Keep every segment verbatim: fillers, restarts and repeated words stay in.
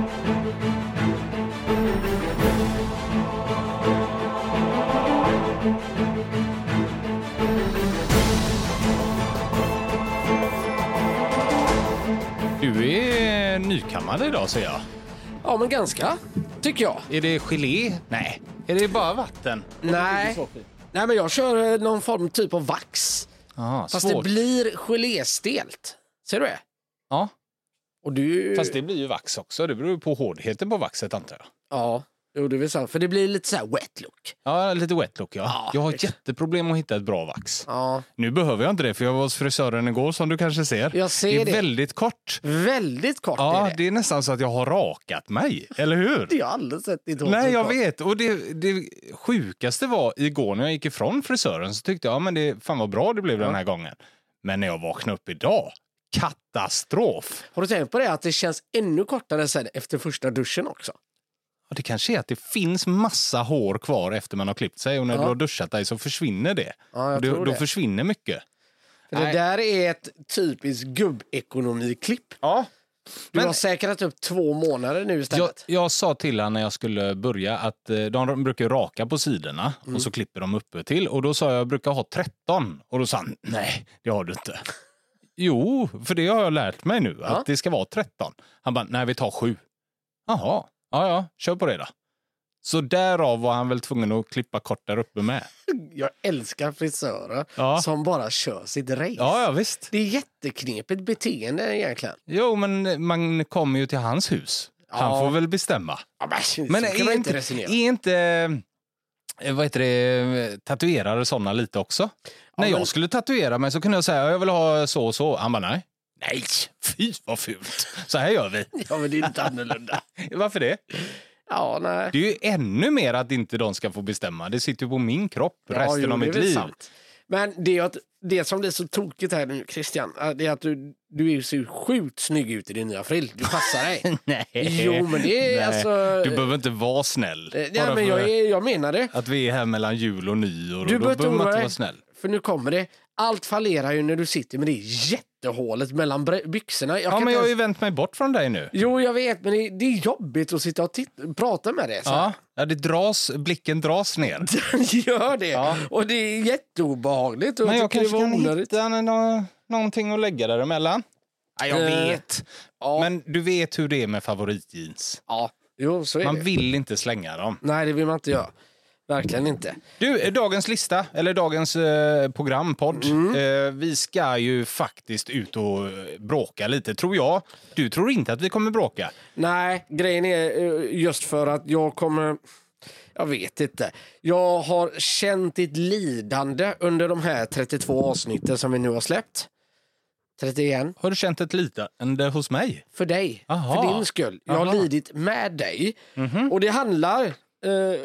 Du är nykammad idag, säger jag. Ja, men ganska, tycker jag. Är det gelé? Nej. Är det bara vatten? Nej. Nej, men jag kör någon form typ av vax. Aha, Fast svårt. det blir geléstelt. Ser du det? Ja. Och du... Fast det blir ju vax också. Det beror på hårdheten på vaxet, antar jag. Ja, jo, det är väl sant. För det blir lite så här wet look. Ja, lite wet look, ja. Ja, jag har det- jätteproblem att hitta ett bra vax. Ja, Nu behöver jag inte det, för jag var hos frisören igår, som du kanske ser. Jag ser det är det. väldigt kort. väldigt kort Ja, är det. det är nästan så att jag har rakat mig, eller hur? Det har jag aldrig sett ditt hår. Nej, så jag kort. vet. Och det, det sjukaste var igår när jag gick ifrån frisören, så tyckte jag, ja men det fan vad bra det blev den här gången. Men när jag vaknade upp idag, katastrof. Har du tänkt på det att det känns ännu kortare sen efter första duschen också? Och det kanske är att det finns massa hår kvar efter man har klippt sig, och när Ja. du har duschat dig så försvinner det. Ja, jag och då, tror då det. försvinner mycket. För det Nej. där är ett typiskt gubbekonomiklipp. Ja. Du Men- har säkrat upp två månader nu Jag, istället. jag sa till han när jag skulle börja att eh, de brukar ju raka på sidorna Mm. och så klipper de uppe till. Och då sa jag, jag brukar ha tretton. Och då sa han, nej, det har du inte. Jo, för det har jag lärt mig nu, Ja. att det ska vara tretton. Han bara, nej vi tar sju. Jaha, ja ja, kör på det då. Så därav var han väl tvungen att klippa kort där uppe med. Jag älskar frisörer Ja. som bara kör sitt race. Ja, ja visst. Det är jätteknepigt beteende egentligen. Jo, men man kommer ju till hans hus. Han Ja. får väl bestämma. Ja, men, Men så kan man är inte inte, resonera. är inte eh, vad heter det, tatuerare sådana lite också? När men- jag skulle tatuera mig så kunde jag säga, jag vill ha så och så. Han bara, nej. Nej, fy vad fult. Så här gör vi. Ja, men det är inte annorlunda. Varför det? Ja, nej. Det är ju ännu mer att inte de ska få bestämma. Det sitter ju på min kropp Ja, resten jo, av det är mitt väl liv. sant. Men det, är att, det som blir så tokigt här nu, Christian, det är att du, du är så sjukt snygg ut i din nya frill. Du passar dig. Nej. Jo, men det är Nej. alltså... Du behöver inte vara snäll. Eh, Bara Nej, men för jag, är, jag menar det. att vi är här mellan jul och nyår. Du och då behöver behöver inte man oroa inte dig. vara snäll. För nu kommer det. Allt fallerar ju när du sitter med det jättehålet mellan bre- byxorna. Jag Ja, kan men inte jag har ju ens... vänt mig bort från dig nu. Jo, jag vet, men det, det är jobbigt att sitta och titta, prata med det. Så här. Ja, ja, det dras, blicken dras ner. Den gör det. Ja. Och det är jätteobehagligt. Och Men jag tycker kanske det var kan onödigt. hitta nå- någonting att lägga däremellan. Ja, jag Eh, vet. Ja, Men du vet hur det är med favoritjeans. ja. Jo, så är Man det. vill inte slänga dem. Nej, det vill man inte göra. Verkligen inte. Du, dagens lista, eller dagens eh, program, podd. Mm. Eh, vi ska ju faktiskt ut och eh, bråka lite, tror jag. Du tror inte att vi kommer bråka? Nej, grejen är eh, just för att jag kommer... Jag vet inte. Jag har känt ett lidande under de här trettiotvå avsnitten som vi nu har släppt. trettioen. Har du känt ett lidande hos mig? För dig. Aha. För din skull. Jag har Aha. lidit med dig. Mhm. Och det handlar eh,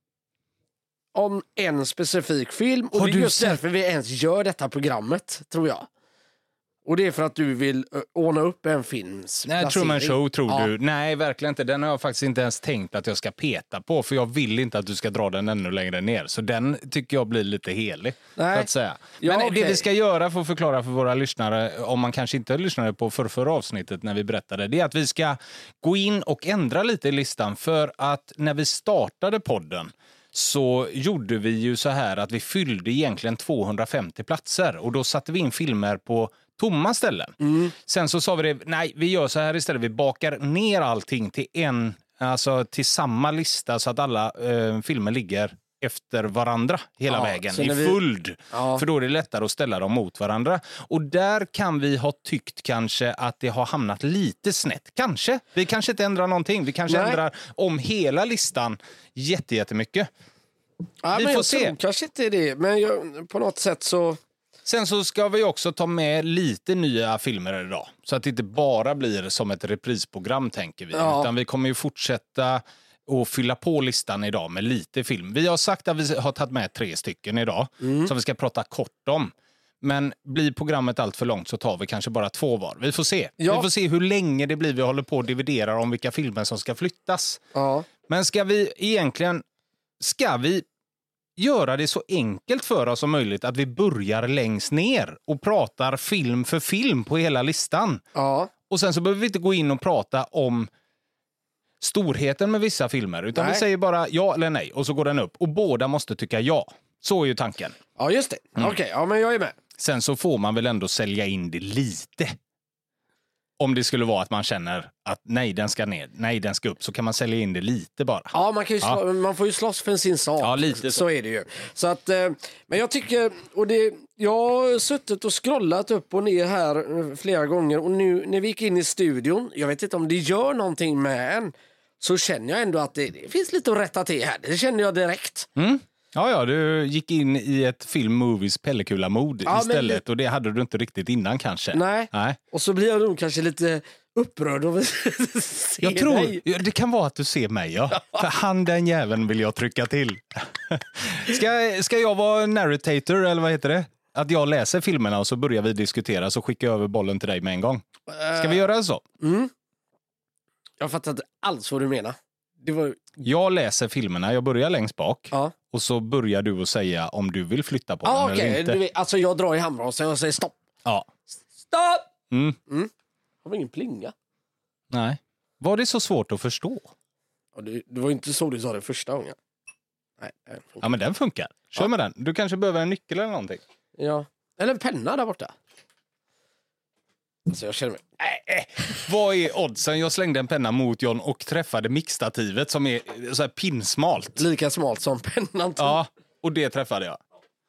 om en specifik film. Och Har det är du just sett- därför vi ens gör detta programmet, tror jag. Och det är för att du vill uh, ordna upp en films Nej, placering. Truman Show tror Ja. du. Nej, verkligen inte. Den har jag faktiskt inte ens tänkt att jag ska peta på. För jag vill inte att du ska dra den ännu längre ner. Så den tycker jag blir lite helig. Nej. Så att säga. Ja, Men okej. det vi ska göra för att förklara för våra lyssnare, om man kanske inte lyssnade på för förra avsnittet när vi berättade, det är att vi ska gå in och ändra lite i listan. För att när vi startade podden så gjorde vi ju så här att vi fyllde egentligen tvåhundrafemtio platser. Och då satte vi in filmer på tomma ställen. Mm. Sen så sa vi det, nej vi gör så här istället, vi bakar ner allting till en, alltså till samma lista så att alla eh, filmer ligger efter varandra hela Ja, vägen så i när vi- följd. Ja. För då är det lättare att ställa dem mot varandra. Och där kan vi ha tyckt kanske att det har hamnat lite snett. Kanske. Vi kanske inte ändrar någonting. Vi kanske Nej. ändrar om hela listan jätte, jättemycket. Ja, Vi men får jag se. tror kanske inte det. Men jag, på något sätt så... Sen så ska vi också ta med lite nya filmer idag. Så att det inte bara blir som ett reprisprogram, tänker vi. Ja. Utan vi kommer ju fortsätta och fylla på listan idag med lite film. Vi har sagt att vi har tagit med tre stycken idag. Mm. Som vi ska prata kort om. Men blir programmet allt för långt så tar vi kanske bara två var. Vi får se. Ja. Vi får se hur länge det blir vi håller på och dividerar om vilka filmer som ska flyttas. Ja. Men ska vi egentligen... Ska vi göra det så enkelt för oss som möjligt att vi börjar längst ner och pratar film för film på hela listan. Ja. Och sen så behöver vi inte gå in och prata om storheten med vissa filmer. Utan Nej. vi säger bara ja eller nej och så går den upp. Och båda måste tycka ja. Så är ju tanken. Ja, just det. Mm. Okej, okay, ja men jag är med. Sen så får man väl ändå sälja in det lite. Om det skulle vara att man känner att nej, den ska ner, nej, den ska upp, så kan man sälja in det lite bara. Ja, man, kan ju slå, ja. man får ju slåss för sin sak. Ja, lite så. Så är det ju. Så att, eh, men jag tycker, och det, jag har suttit och scrollat upp och ner här flera gånger och nu när vi gick in i studion, jag vet inte om det gör någonting med en, så känner jag ändå att det, det finns lite att rätta till här. Det känner jag direkt. Mm. Ja, ja, du gick in i ett film-movies pellekula-mod ja, istället det... och det hade du inte riktigt innan kanske. Nej, Nej. Och så blir jag nog kanske lite upprörd av att se jag tror, dig. Det kan vara att du ser mig, ja. För han den jäveln vill jag trycka till. ska, ska jag vara narrator eller vad heter det? Att jag läser filmerna och så börjar vi diskutera så skickar jag över bollen till dig med en gång. Ska vi göra så? Mm. Jag fattar inte alls vad du menar. Det var... Jag läser filmerna, jag börjar längst bak. Ja. Och så börjar du att säga om du vill flytta på ah, den okay. eller inte. Du, alltså jag drar i handbromsen och säger stopp. Ja. Stopp! Mm. Mm. Har vi ingen plinga? Nej. Var det så svårt att förstå? Ja, det, det var inte så du sa det första gången. Nej, ja, men den funkar. Kör ja. med den. Du kanske behöver en nyckel eller någonting. Ja. Eller en penna där borta. Alltså jag känner mig... Äh, äh. Vad är oddsen? Jag slängde en penna mot John och träffade mixstativet som är så här pinsmalt. Lika smalt som pennan. Ja, och det träffade jag.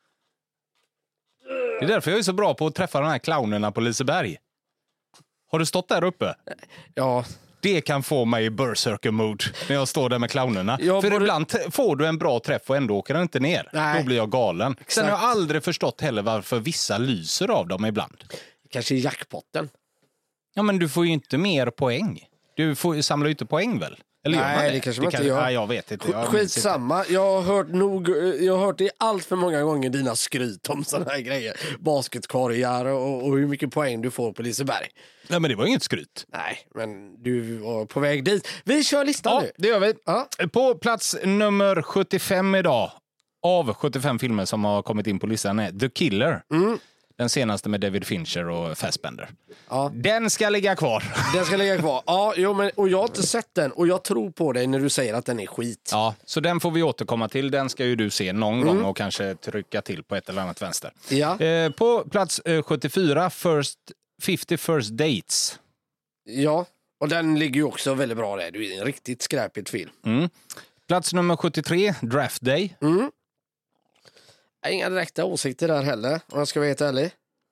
Det är därför jag är så bra på att träffa de här clownerna på Liseberg. Har du stått där uppe? Ja. Det kan få mig i berserker-mood när jag står där med clownerna. Jag För borde... ibland får du en bra träff och ändå åker den inte ner. Nej. Då blir jag galen. Exakt. Sen har jag aldrig förstått heller varför vissa lyser av dem ibland. Kanske i jackpotten. Ja, men du får ju inte mer poäng. Du får samla inte poäng väl? Eller nej, gör man det? det kanske det man kan... inte gör. Nej, jag vet inte. Jag Skitsamma. Jag har hört nog, jag har hört det allt för många gånger dina skryt om såna här grejer. Basketkorgar och, och hur mycket poäng du får på Liseberg. Nej, men det var inget skryt. Nej, men du var på väg dit. Vi kör listan ja, nu. det gör vi. Ja. På plats nummer sjuttiofem idag av sjuttiofem filmer som har kommit in på listan är The Killer. Mm. Den senaste med David Fincher och Fassbender. Ja. Den ska ligga kvar. Den ska ligga kvar. Ja, jo, men, och jag har inte sett den. Och jag tror på dig när du säger att den är skit. Ja, så den får vi återkomma till. Den ska ju du se någon mm. gång och kanske trycka till på ett eller annat vänster. Ja. Eh, på plats eh, sjuttiofyra, First, femtio First Dates. Ja, och den ligger ju också väldigt bra där. Det är en riktigt skräpigt film. Mm. Plats nummer sjuttiotre, Draft Day. Mm. Inga direkta åsikter där heller, om jag ska vara helt ärlig.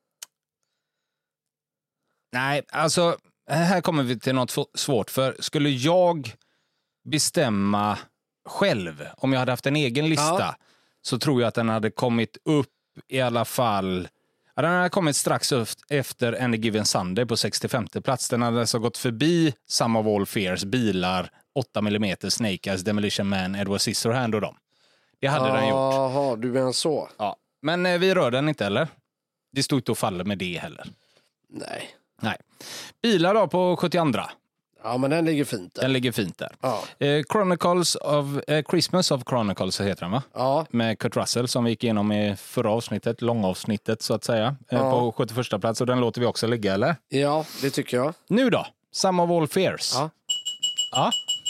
Nej, alltså här kommer vi till något svårt. För skulle jag bestämma själv, om jag hade haft en egen lista, ja. så tror jag att den hade kommit upp i alla fall... Ja, den hade kommit strax efter Any Given Sunday på sextiofemte plats. Den hade alltså gått förbi Some of All Fears, Bilar, åtta millimeter, Snake Eyes, Demolition Man, Edward Scissorhand och dem. Det hade den gjort. Jaha, du menar så. Ja. Men eh, vi rör den inte heller. Det stod inte och faller med det heller. Nej. Nej. Bilar då på sjuttiotvå. Ja, men den ligger fint där. Den ligger fint där. Ja. Eh, Chronicles of, eh, Christmas of Chronicles heter den va? Ja. Med Kurt Russell som vi gick igenom i förra avsnittet, långavsnittet så att säga. Eh, ja. På sjuttioförsta plats och den låter vi också ligga, eller? Ja, det tycker jag. Nu då? Some of All Fears. Ja. Ja.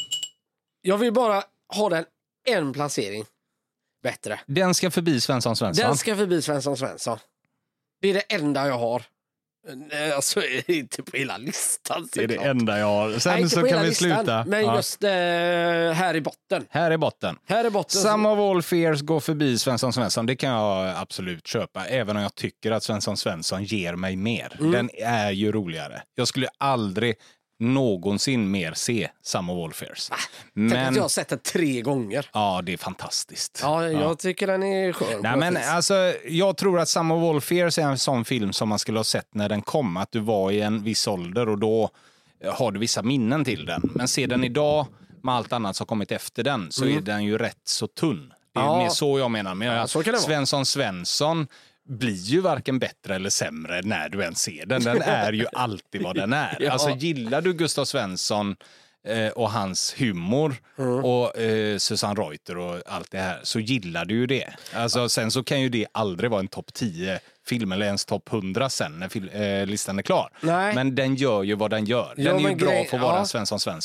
Jag vill bara ha den en placering bättre. Den ska förbi Svensson Svensson. Den ska förbi Svensson Svensson. Det är det enda jag har. Alltså inte på hela listan. Det är det enda jag har. Sen Nej, så kan vi listan, sluta. Men ja. just eh, här i botten. Här i botten. Här i botten. Some of All Fears går förbi Svensson Svensson. Det kan jag absolut köpa. Även om jag tycker att Svensson Svensson ger mig mer. Mm. Den är ju roligare. Jag skulle aldrig någonsin mer se Some of All Fears. Ah, men tänk att jag har sett den tre gånger. Ja, det är fantastiskt. Ja, jag ja. tycker den är skön. Nej, men alltså, jag tror att Some of All Fears är en sån film som man skulle ha sett när den kom. Att du var i en viss ålder och då har du vissa minnen till den. Men se den idag med allt annat som kommit efter den så mm. är den ju rätt så tunn. Det är ja. mer så jag menar. Men ja, så kan det Svensson vara. Svensson blir ju varken bättre eller sämre när du än ser den. Den är ju alltid vad den är. ja. Alltså gillar du Gustav Svensson eh, och hans humor mm. och eh, Susanne Reuter och allt det här så gillar du ju det. Alltså ja. sen så kan ju det aldrig vara en topp tio film eller ens topp hundra sen när eh, listan är klar. Nej. Men den gör ju vad den gör. Den ja, är ju bra grej... för att vara ja. Svensson Svensson.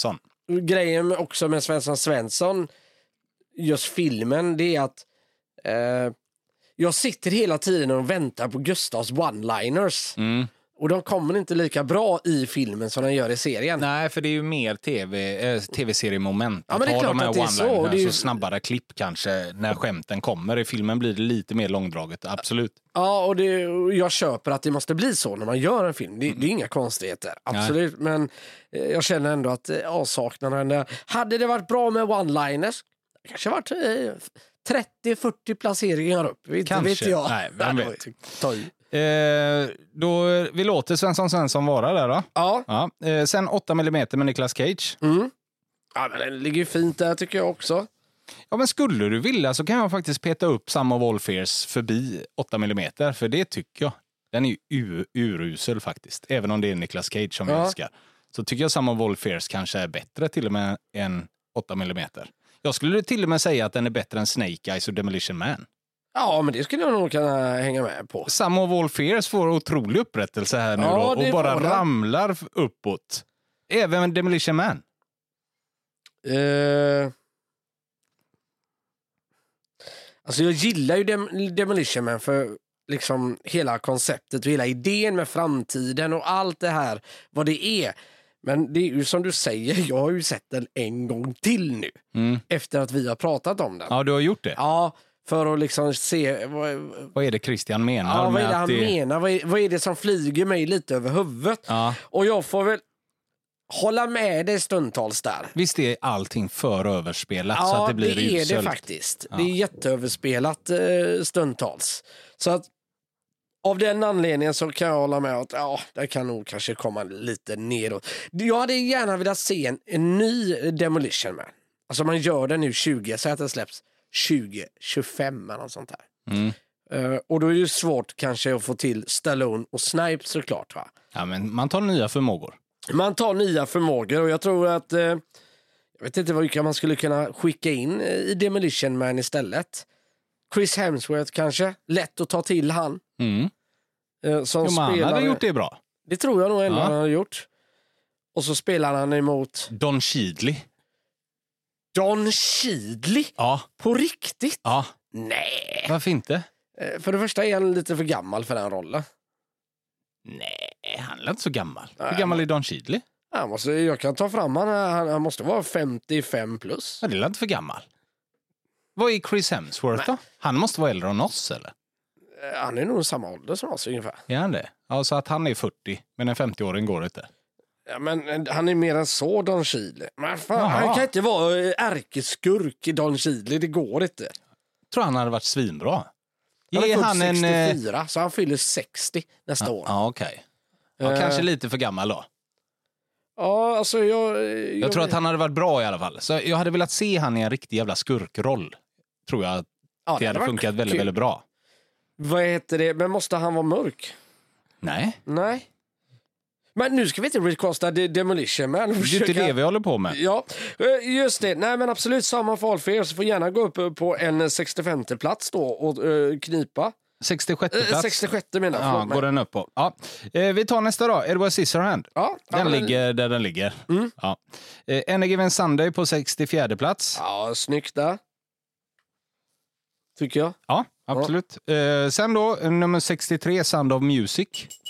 grejen också med Svensson Svensson, just filmen, det är att eh, jag sitter hela tiden och väntar på Gustavs one-liners. Mm. Och de kommer inte lika bra i filmen som de gör i serien. Nej, för det är ju mer tv, äh, tv-seriemoment. Ja, men det är ta klart de här att det är så. one-liners Det är ju- och snabbare klipp kanske när skämten kommer. I filmen blir det lite mer långdraget, absolut. Ja, och, det, och jag köper att det måste bi så när man gör en film. Det, det är inga konstigheter, absolut. Men eh, jag känner ändå att eh, avsaknaden där. Hade det varit bra med one-liners, det kanske varit eh, trettio fyrtio placeringar upp. Inte Kanske. vet jag. Nej, vem vet. Ta i. Eh, då, vi låter Svensson Svensson vara där då. Ja. Ja. Eh, sen åtta millimeter med Nicolas Cage. Mm. Ja, men den ligger ju fint där tycker jag också. Ja, men skulle du vilja så kan jag faktiskt peta upp Sum of All Fears förbi åtta millimeter, för det tycker jag. Den är ju ur, urusel faktiskt. Även om det är Nicolas Cage som Ja. jag älskar. Så tycker jag Sum of All Fears kanske är bättre till och med än åtta millimeter. Jag skulle till och med säga att den är bättre än Snake Eyes och Demolition Man. Ja, men det skulle jag nog kunna hänga med på. Sum of All Fears får otrolig upprättelse här nu Ja, då, det och bara får den. ramlar uppåt. Även Demolition Man. Uh... Alltså jag gillar ju Dem- Demolition Man för liksom hela konceptet och hela idén med framtiden och allt det här, vad det är. Men det är ju som du säger, jag har ju sett den en gång till nu. Mm. Efter att vi har pratat om den. Ja, du har gjort det. Ja, för att liksom se vad, Vad är det Christian menar? ja, vad med är det att han menar, vad är, vad är det som flyger mig lite över huvudet. Ja. Och jag får väl hålla med dig stundtals där. Visst är allting för överspelat så Ja, att det blir det är uselt. det faktiskt. Ja. Det är jätteöverspelat eh, stundtals. Så att av den anledningen så kan jag hålla med att ja, det kan nog kanske komma lite neråt. Jag hade gärna velat se en, en ny Demolition Man. Alltså man gör den nu tjugo, så att den släpps tjugo tjugofem eller något sånt här. Mm. Uh, och då är det ju svårt kanske att få till Stallone och Snipes såklart, va? Ja, men man tar nya förmågor. Man tar nya förmågor och jag tror att eh, jag vet inte vilka man skulle kunna skicka in i Demolition Man istället. Chris Hemsworth kanske, lätt att ta till han. Mm. Eh, som Jo, men han spelar, hade gjort det bra. det tror jag nog ändå Ja. han har gjort. Och så spelar han emot Don Cheadley. Don Cheadley. Ja. På riktigt? Ja. Nej. Varför inte? Eh, För det första är han lite för gammal för den rollen. Nej, han är inte så gammal. Nej, Hur gammal är Don Cheadley? Han måste, jag kan ta fram han, han, han måste vara femtiofem plus. Ja, det är inte för gammal. Vad är Chris Hemsworth då? Han måste vara äldre än oss, eller? Eh, Han är nog samma ålder som oss ungefär. Är han det? Ja, så att han är fyrtio, men en femtio-åring går inte. Ja, men eh, han är mer än så, Don Cheadley. Men fan, Jaha. han kan inte vara eh, ärkeskurk i Don Cheadley, det går inte. Jag tror han hade varit svinbra. Han är Ge född han en... eh, sextiofyra, så han fyller sextio nästa Ja, år. ja okej. Ja, Eh, kanske lite för gammal då. Ja, alltså jag... Jag, Jag tror att han hade varit bra i alla fall. Så jag hade velat se han i en riktig jävla skurkroll. Tror jag att ja, det hade varit funkat väldigt, kul. väldigt bra. Vad heter det? Men måste han vara mörk? Nej, Nej. Men nu ska vi inte rekosta de Demolition Man. det är inte det vi håller på med. Ja, eh, just det. Nej, men absolut, samma för all för er, så får gärna gå upp på en sextiofemte plats då och uh, knipa. sextiosjätte Eh, plats. sextiosjätte menar jag. Ja, förlåt mig. går den upp på. Ja. Eh, vi tar nästa då. Edward Scissorhand. Ja, Den ja, men- ligger där den ligger. Mm. Ja. Eh, Any Given Sunday på sextiofjärde plats. Ja, snyggt där. Tycker jag. Ja, absolut. Eh, sen då, nummer sextiotre, Sound of Music.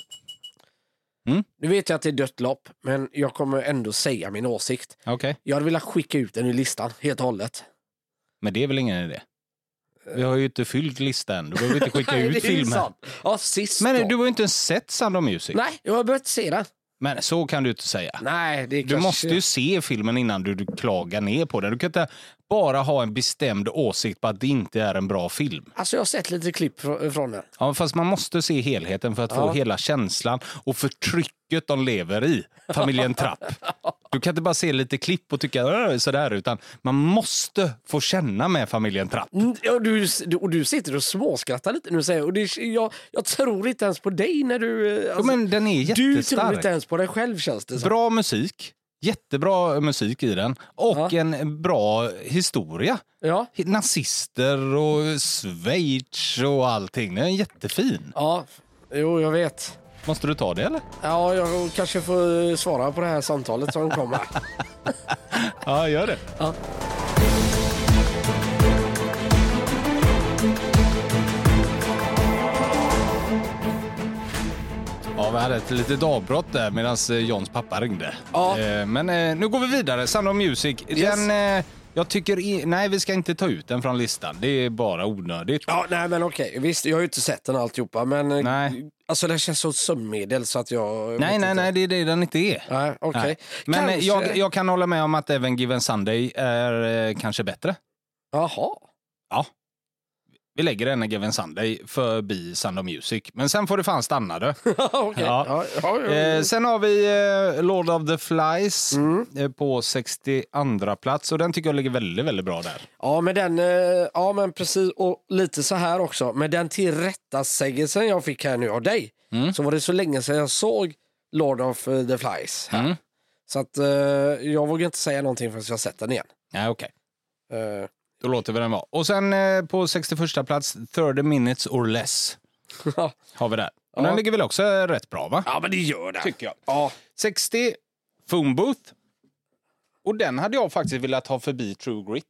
Nu vet jag att det är dött lopp, men jag kommer ändå säga min åsikt. Okej, Jag hade velat skicka ut den i listan helt och hållet. men det är väl ingen idé. Vi har ju inte fyllt listan. Du behöver inte skicka Nej, ut det är ju filmen. sant. Ja, sist Men då. du har ju inte ens sett Sound of Music. Nej, jag har börjat se den. Men så kan du inte säga. Nej, det är Du kanske... måste ju se filmen innan du, du klagar ner på den. Du kan inte bara ha en bestämd åsikt på att det inte är en bra film. Alltså jag har sett lite klipp fr- från den. Ja, fast man måste se helheten för att Ja. få hela känslan och förtrycket de lever i. Familjen Trapp. Du kan inte bara se lite klipp och tycka "Åh, sådär", utan man måste få känna med familjen Trapp. Mm, och, du, och du sitter och småskrattar lite nu och säger, och det, jag, jag tror inte ens på dig när du... eh, Ja, Alltså, men den är du tror jättestark. inte ens på dig själv, känns det som. Bra musik. Jättebra musik i den. Och Ja. en bra historia. Ja, Nazister och Schweiz och allting. Den är jättefin. ja, jo jag vet. Måste du ta det eller? Ja, jag kanske får svara på det här samtalet som kommer. Ja, gör det. Ja. Ja, vi hade ett litet avbrott där medan Johns pappa ringde. Ja. Eh, Men eh, nu går vi vidare. Sound of Music. Yes. Den, eh, jag tycker... I, nej, vi ska inte ta ut den från listan. Det är bara onödigt. Ja, nej men okej. Visst, jag har ju inte sett den alltihopa, men eh, Nej. alltså det känns så sömnmedel så att jag... vet Nej, nej, inte. nej. Det är det den inte är. Nej, okej. Nej. Men eh, Kanske- jag, jag kan hålla med om att även Given Sunday är eh, kanske bättre. Jaha. Ja. Vi lägger den i Given Sunday förbi Sound of Music. Men sen får det fan stanna det. Okej. Ja. Ja, ja, ja. Eh, sen har vi eh, Lord of the Flies Mm. eh, på sextioandra plats. Och den tycker jag ligger väldigt, väldigt bra där. Ja, men den, eh, ja men precis, och lite så här också, med den tillrättasägelsen jag fick här nu av dig, Mm. så var det så länge sedan jag såg Lord of eh, the Flies här. Mm. Så att eh, jag vågar inte säga någonting förrän jag har sett den igen. Nej, okej. Eh, Då låter vi den vara. Och sen eh, på sextioförsta plats, thirty minutes or less har vi där. Och Ja. den ligger väl också eh, rätt bra, va? ja, men det gör det. Tycker jag. Ja. sextio, Phone Booth. Och den hade jag faktiskt velat ha förbi True Grit.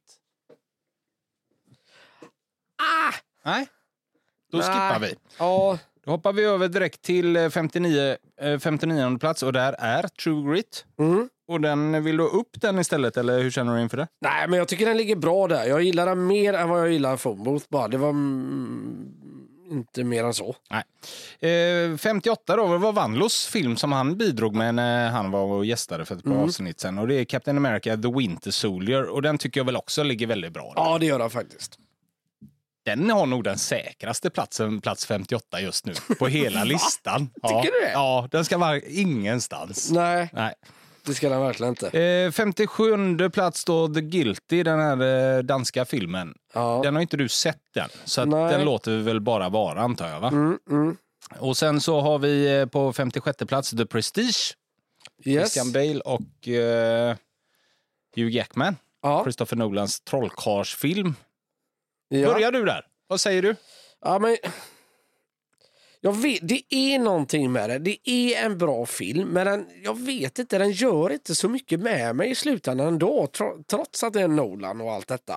Ah! Nej, då Nej. skippar vi. Ja, Då hoppar vi över direkt till eh, femtionio, eh, femtionionde plats och där är True Grit. mm. Och den, vill du upp den istället eller hur känner du inför det? Nej, men jag tycker den ligger bra där. Jag gillar den mer än vad jag gillar Phone Booth bara. Det var mm, inte mer än så. Nej. Eh, femtioåtta då, det var Vanlos film som han bidrog med när han var och gästade för ett par Mm. avsnitt sen. Och det är Captain America The Winter Soldier. Och den tycker jag väl också ligger väldigt bra. Där. Ja, det gör den faktiskt. Den har nog den säkraste platsen, plats femtioåtta just nu, på hela listan. Ja. Tycker du det? Ja, den ska vara ingenstans. Nej, Nej. det ska den verkligen inte. Eh, femtiosjunde plats då, The Guilty, den här eh, danska filmen. Ja. Den har inte du sett den, så att Nej. den låter vi väl bara vara, antar jag, va? Mm, mm. Och sen så har vi eh, på femtiosjätte plats The Prestige. Yes. Christian Bale och eh, Hugh Jackman. Ja. Christopher Nolans trollkarlsfilm. Ja. Börjar du där? Vad säger du? Ja, men jag vet, det är någonting med det. Det är en bra film, men den, jag vet inte, den gör inte så mycket med mig i slutändan ändå, tro, trots att det är Nolan och allt detta.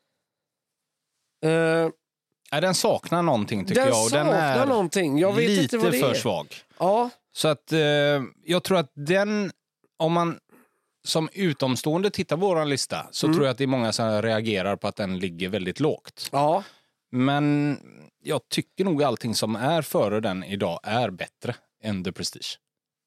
Uh, Ja, den saknar någonting tycker den jag. Och den saknar är någonting. Jag vet lite inte vad det för är. svag. Ja, Så att eh, jag tror att den, om man som utomstående tittar på vår lista så Mm. tror jag att det är många som reagerar på att den ligger väldigt lågt. ja. Men jag tycker nog allting som är före den idag är bättre än The Prestige.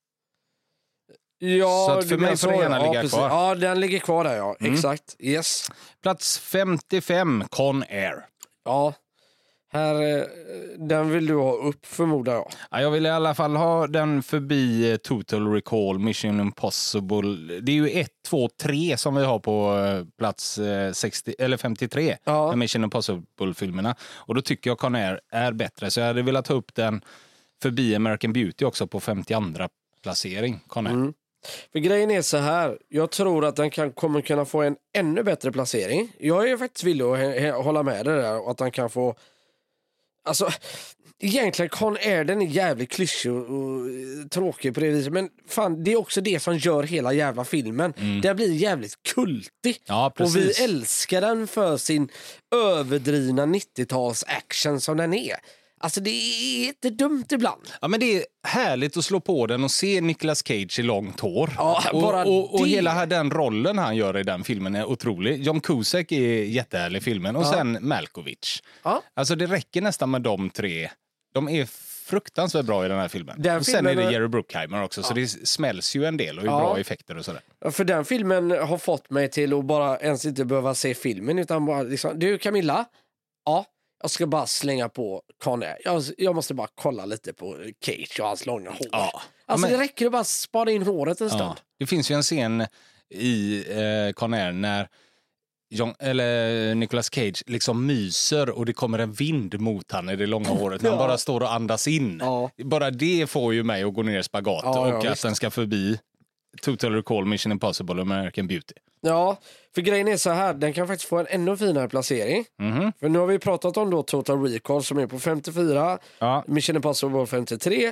Ja, Så att för du mig menar får den gärna ja, ligga precis. kvar. Ja, den ligger kvar där, ja. Mm. Exakt. Yes. Plats femtiofem, Con Air. Ja. Här, eh, den vill du ha upp, förmodar jag. Ja, jag vill i alla fall ha den förbi eh, Total Recall, Mission Impossible. Det är ju ett, två, tre som vi har på eh, plats eh, sextio, eller femtiotre Ja. med Mission Impossible-filmerna. Och då tycker jag Con Air är bättre. Så jag hade velat ta upp den förbi American Beauty också på femtioandra placering. Con Air. Mm. För grejen är så här, jag tror att den kan, kommer kunna få en ännu bättre placering. Jag är faktiskt villig att he- he- hålla med det där och att den kan få... Alltså, egentligen Con Air, den är jävligt klyschig och, och tråkig på det viset. Men fan, det är också det som gör hela jävla filmen. Mm. Den blir jävligt kultig. Ja, Och precis. vi älskar den för sin överdrivna nittio-tals action som den är. Alltså det är inte dumt ibland. Ja, men det är härligt att slå på den och se Nicolas Cage i långt hår. Ja, bara och, och, och det. hela den rollen han gör i den filmen är otrolig. John Cusack är jättehärlig i filmen. Och Ja. sen Malkovich. Ja. Alltså det räcker nästan med de tre. De är fruktansvärt bra i den här filmen. Den och sen filmen är det är- Jerry Bruckheimer också. Så det smälls ju en del och är Ja. bra effekter och sådär. För den filmen har fått mig till att bara ens inte behöva se filmen utan bara liksom, du Camilla, ja, jag ska bara slänga på Con Air. Jag, jag måste bara kolla lite på Cage och hans långa hår. Ja. Alltså Ja, men- det räcker att bara spara in håret en stund. Ja. Det finns ju en scen i eh, Con Air när John, eller Nicolas Cage liksom myser och det kommer en vind mot han i det långa håret. Han Ja. bara står och andas in. Ja. Bara det får ju mig att gå ner i spagat Ja, ja, och att visst. den ska förbi Total Recall, Mission Impossible och American Beauty. Ja, för grejen är så här, den kan faktiskt få en ännu finare placering. Mhm. För nu har vi pratat om då Total Recall som är på femtiofyra, Ja. Mission Impossible femtiotre,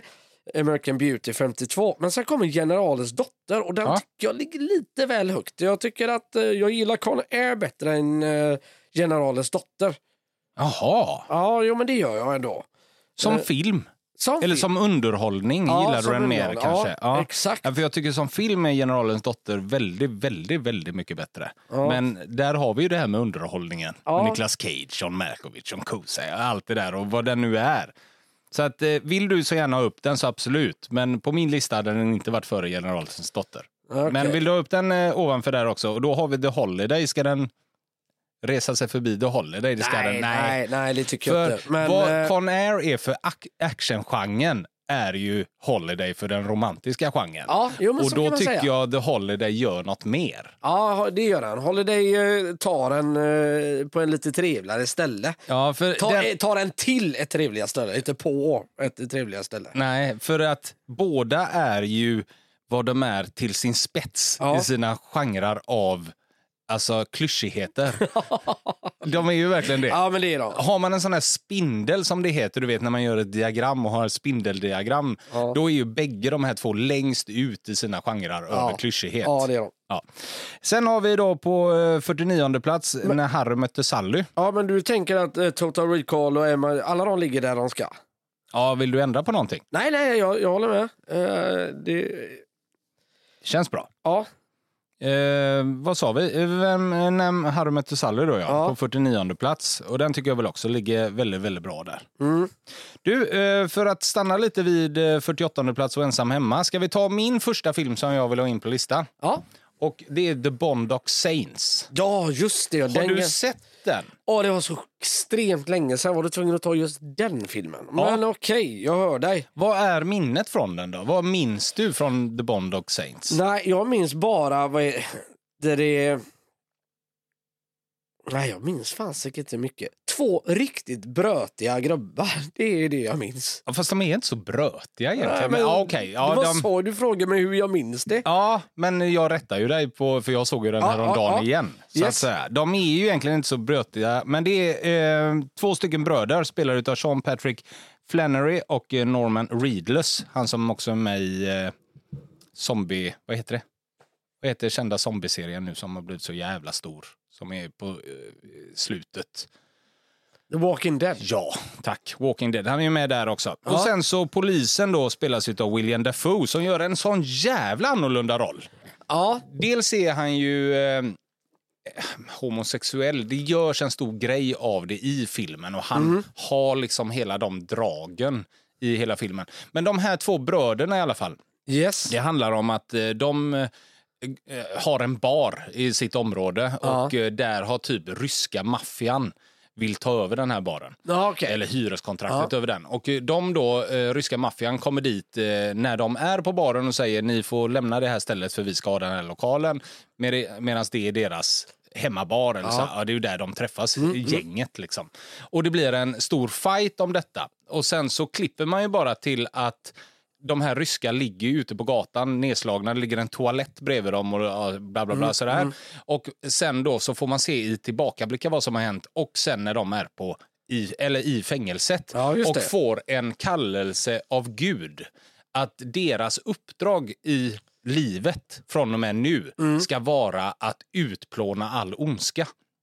American Beauty femtiotvå. Men sen kommer Generalens dotter och den Ja. tycker jag ligger lite väl högt. Jag tycker att eh, jag gillar Con Air bättre än eh, Generalens dotter. Jaha, Ja, jo, men det gör jag ändå. som Eh, film. Som Eller film. som underhållning Ja, gillar som du den mer underhåll. kanske? Ja, exakt. Ja, för jag tycker som film är Generalens dotter väldigt, väldigt, väldigt mycket bättre. Ja. Men där har vi ju det här med underhållningen. Ja. Med Nicolas Cage, John Malkovich, John Cusack, allt det där och vad den nu är. Så att, eh, vill du så gärna ha upp den så absolut. Men på min lista hade den inte varit före Generalens dotter. Okej. Men vill du ha upp den eh, ovanför där också? Och då har vi The Holiday. Ska den resa sig förbi The Holiday? Det ska nej, den. nej, nej, det tycker jag För inte. Men, vad eh, Con Air är för ac- actiongenren är ju Holiday för den romantiska genren. ja, jo, men Och så kan då man tycker säga. jag The Holiday gör något mer. Ja, det gör han. Holiday eh, tar en eh, på en lite trevligare ställe. Ja, för Ta, den, eh, tar en till ett trevligare ställe, inte på ett trevligare ställe. nej, för att båda är ju vad de är till sin spets Ja. i sina genrer av alltså klyschigheter. De är ju verkligen det. Ja, men det är de. Har man en sån här spindel som det heter, du vet när man gör ett diagram och har ett spindeldiagram, Ja. då är ju bägge de här två längst ut i sina genrer över klyschighet. Ja, det är de. Ja. Sen har vi då på eh, fyrtionionde plats när Harry mötte Sally. Ja, men du tänker att eh, Total Recall och Emma, alla de ligger där de ska? Ja, vill du ändra på någonting? Nej, nej, jag, jag håller med. Eh, det, Känns bra. ja, Eh, vad sa vi? Vem, när Harry mötte Sally då, ja, Ja. på fyrtionionde plats. Och den tycker jag väl också ligger väldigt, väldigt bra där. mm. Du, eh, för att stanna lite vid eh, fyrtionionde plats och ensam hemma, ska vi ta min första film som jag vill ha in på listan? ja. Och det är The Bondock Saints. Ja, just det. Har Den, du sett den? Åh, det var så extremt länge sedan var du tvungen att ta just den filmen. Ja. Men okej, jag hör dig. Vad är minnet från den då? Vad minns du från The Bondock Saints? Nej, jag minns bara vad är, där det är... Nej, jag minns fan säkert inte mycket. Två riktigt brötiga grabbar. Det är det jag minns. Ja, fast de är inte så brötiga egentligen. Nej, men, men ja, okej. Ja, det var de... så du frågade mig hur jag minns det. ja, men jag rättar ju dig på, för jag såg ju den Ja, här om ja, dagen ja. igen. Så Yes. att säga. De är ju egentligen inte så brötiga, men det är eh, två stycken bröder spelade utav Sean Patrick Flannery och eh, Norman Reedus. Han som också är med i eh, Zombie, vad heter det? Vad heter kända zombieserien nu som har blivit så jävla stor? Som är på eh, slutet. The Walking Dead. Ja, tack. Walking Dead. Han är ju med där också. Ja. Och sen så polisen då spelas av William Dafoe som gör en sån jävla annorlunda roll. Ja, Dels är han ju eh, homosexuell. Det görs en stor grej av det i filmen och han Mm. har liksom hela de dragen i hela filmen. Men de här två bröderna i alla fall. yes. Det handlar om att eh, de eh, har en bar i sitt område Ja. och eh, där har typ ryska maffian vill ta över den här baren. Ja, okej. Eller hyreskontraktet Ja. över den. Och eh, de då, eh, ryska maffian kommer dit eh, när de är på baren och säger ni får lämna det här stället för vi ska ha den här lokalen. Med, medan det är deras hemmabar. Eller Ja. så. Ja, det är ju där de träffas, Mm, gänget liksom. Och det blir en stor fight om detta. Och sen så klipper man ju bara till att de här ryska ligger ju ute på gatan nedslagna. Det ligger en toalett bredvid dem och ja, bla bla bla Mm, sådär. mm. Och sen då så får man se i tillbakablickar vad som har hänt och sen när de är på i, eller i fängelset Ja, just och det. får en kallelse av Gud att deras uppdrag i livet från och med nu Mm. ska vara att utplåna all ondska.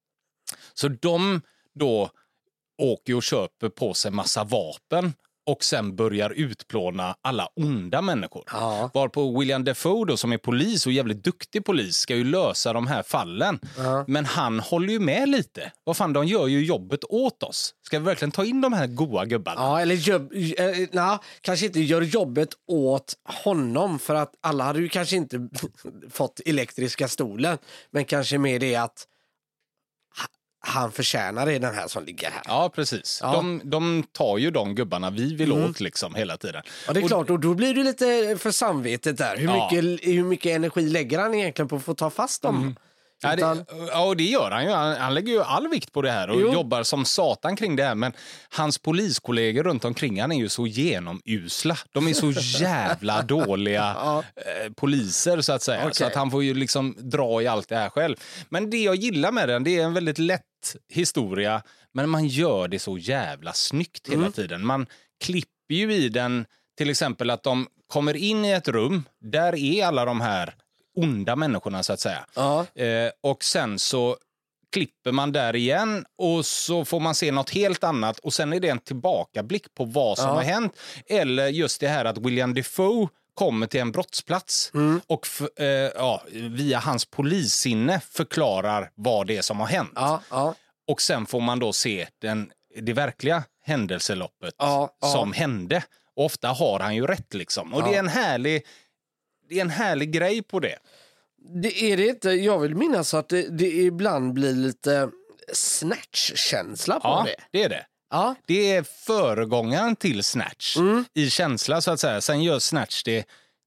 Så de då åker och köper på sig massa vapen och sen börjar utplåna alla onda människor. Ja. Varpå William Dafoe då, som är polis och jävligt duktig polis ska ju lösa de här fallen. Ja. Men han håller ju med lite. Vad fan, de gör ju jobbet åt oss. Ska vi verkligen ta in de här goa gubbarna? Ja, eller jobb, eh, na, kanske inte gör jobbet åt honom för att alla hade ju kanske inte fått elektriska stolen. Men kanske med det att ha- han förtjänar det, den här som ligger här. Ja, precis. Ja. De, de tar ju de gubbarna vi vill Mm. åt liksom hela tiden. Ja, det är Och- klart, och då blir det lite för samvetet där. Hur, Ja. mycket, hur mycket energi lägger han egentligen på att få ta fast dem? Ja, Utan, det, ja, och det gör han ju. Han, han lägger ju all vikt på det här och Jo. jobbar som satan kring det här. Men hans poliskollegor runt omkring han är ju så genomusla. De är så jävla dåliga Ja. eh, poliser så att säga. Okej. Så att han får ju liksom dra i allt det här själv. Men det jag gillar med den, det är en väldigt lätt historia. Men man gör det så jävla snyggt hela Mm. tiden. Man klipper ju i den till exempel att de kommer in i ett rum, där är alla de här onda människorna så att säga. Ja. Eh, och sen så klipper man där igen och så får man se något helt annat och sen är det en tillbakablick på vad som Ja. har hänt. Eller just det här att William Dafoe kommer till en brottsplats Mm. och f- eh, ja, via hans polissinne förklarar vad det är som har hänt. Ja, ja. Och sen får man då se den, det verkliga händelseloppet Ja, ja. som hände. Och ofta har han ju rätt liksom. Och Ja. det är en härlig det är en härlig grej på det. Det är det inte. Jag vill minnas att det, det ibland blir lite Snatch-känsla på Ja, det. det är det. Ja. Det är föregångaren till Snatch Mm. i känsla så att säga. Sen gör Snatch det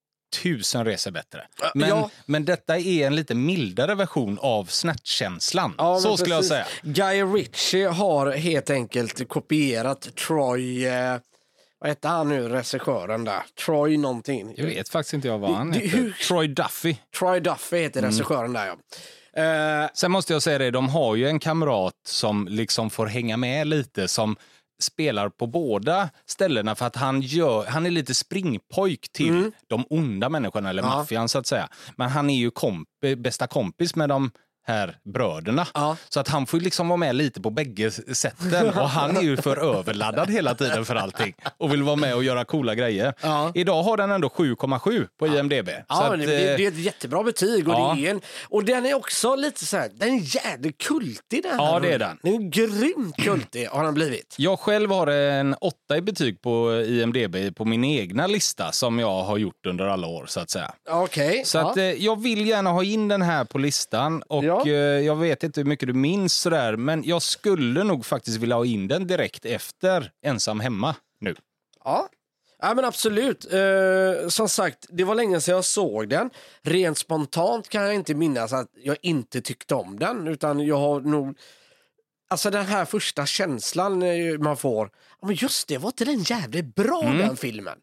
tusen resor bättre. Men, Ja. men detta är en lite mildare version av Snatch-känslan. Ja, men så skulle jag precis. säga. Guy Ritchie har helt enkelt kopierat Troy... Eh, vad heter han nu, regissören där? Troy någonting. Jag vet faktiskt inte jag vad han Det- heter. hur- Troy Duffy. Troy Duffy heter Mm. regissören där, ja. Eh, Sen måste jag säga det, de har ju en kamrat som liksom får hänga med lite, som spelar på båda ställena för att han, gör, han är lite springpojk till Mm. de onda människorna, eller Ja. maffian så att säga. Men han är ju komp- bästa kompis med de här bröderna. Ja. Så att han får ju liksom vara med lite på bägge sätten. Och han är ju för överladdad hela tiden för allting. Och vill vara med och göra coola grejer. Ja. Idag har den ändå sju komma sju på I M D B. Ja, så men att, det, det, eh, det är ett jättebra betyg och, ja. det är en, och den är också lite så här, den är jävligt kultig den här. Ja, det är rullen. den. Den är grymt kultig har den blivit. Jag själv har en åtta i betyg på I M D B på min egna lista som jag har gjort under alla år så att säga. Okej. Så ja. att, eh, jag vill gärna ha in den här på listan och Ja. eh, jag vet inte hur mycket du minns sådär, men jag skulle nog faktiskt vilja ha in den direkt efter Ensam hemma nu. Ja. Ja, men absolut. Eh, som sagt, det var länge sedan jag såg den. Rent spontant kan jag inte minnas att jag inte tyckte om den, utan jag har nog... Alltså den här första känslan eh, man får. Ja, men just det, var inte den jävligt bra Mm. den filmen?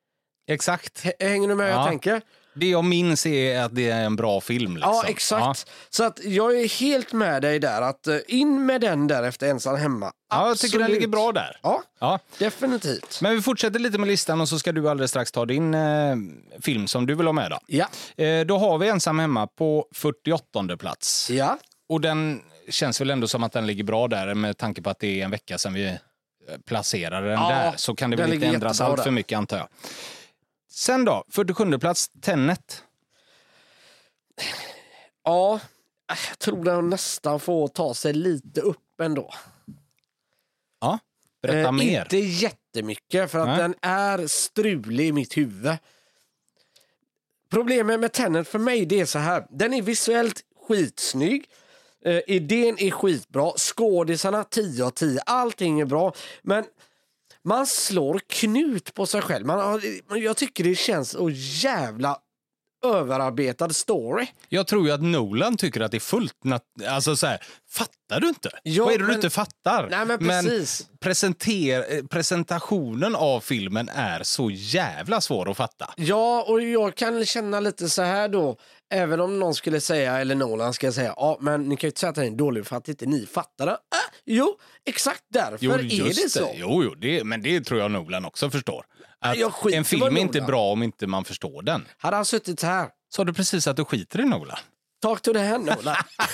Exakt. H- hänger du med vad Ja. jag tänker? Det jag minns är att det är en bra film. Liksom. Ja, exakt. Så att jag är helt med dig där. Att eh, in med den där efter Ensam hemma. Ja, jag tycker den Absolut. ligger bra där. Ja, Ja. definitivt. Men vi fortsätter lite med listan och så ska du alldeles strax ta din eh, film som du vill ha med då. Ja, Eh, då har vi Ensam hemma på fyrtioåttonde plats. ja. Och den känns väl ändå som att den ligger bra där med tanke på att det är en vecka sedan vi eh, placerade den Ja, där. Så kan det den väl inte ligger ändras jättebra allt för där. mycket antar jag. Sen då, fyrtiosjunde plats, Tenet. Ja, jag tror den nästan får ta sig lite upp ändå. Ja, berätta Eh, mer. Inte jättemycket för att Nej. den är strulig i mitt huvud. Problemet med Tenet för mig det är så här. Den är visuellt skitsnygg. Eh, idén är skitbra. Skådisarna tio av tio. Allting är bra. Men man slår knut på sig själv. Man har, jag tycker det känns så jävla överarbetad story. Jag tror ju att Nolan tycker att det är fullt... nat- Alltså så här, fattar du inte? Ja, Vad är det du men- inte fattar? Nej, men precis. presenter, eh, presentationen av filmen är så jävla svår att fatta. Ja, och jag kan känna lite så här då. Även om någon skulle säga, eller Nolan ska säga, ja men ni kan ju inte säga att den är dålig för att inte ni fattar det. Äh, jo, exakt därför Jo, är just det så. Jo, jo det, men det tror jag Nolan också förstår. Att Jag skiter en film vad är inte Nolan. bra om inte man förstår den. Hade han suttit här, Sa du precis att du skiter i Nolan? talk to the hand Nolan.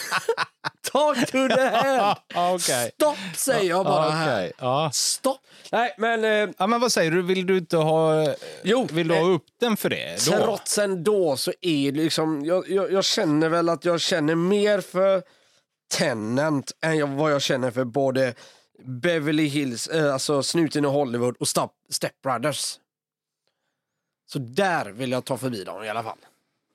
Talk to the hand. Okej. Stopp säger jag bara här. Okej, ja. Stopp. Nej, men eh, Ja, men vad säger du? Vill du inte ha, Jo, vill du ha upp den för det? Då? trots ändå så är det liksom, jag, jag, jag känner väl att jag känner mer för Tenet än jag, vad jag känner för både Beverly Hills, eh, alltså Snuten i Hollywood och Step, Step Brothers. Så där vill jag ta förbi dem i alla fall.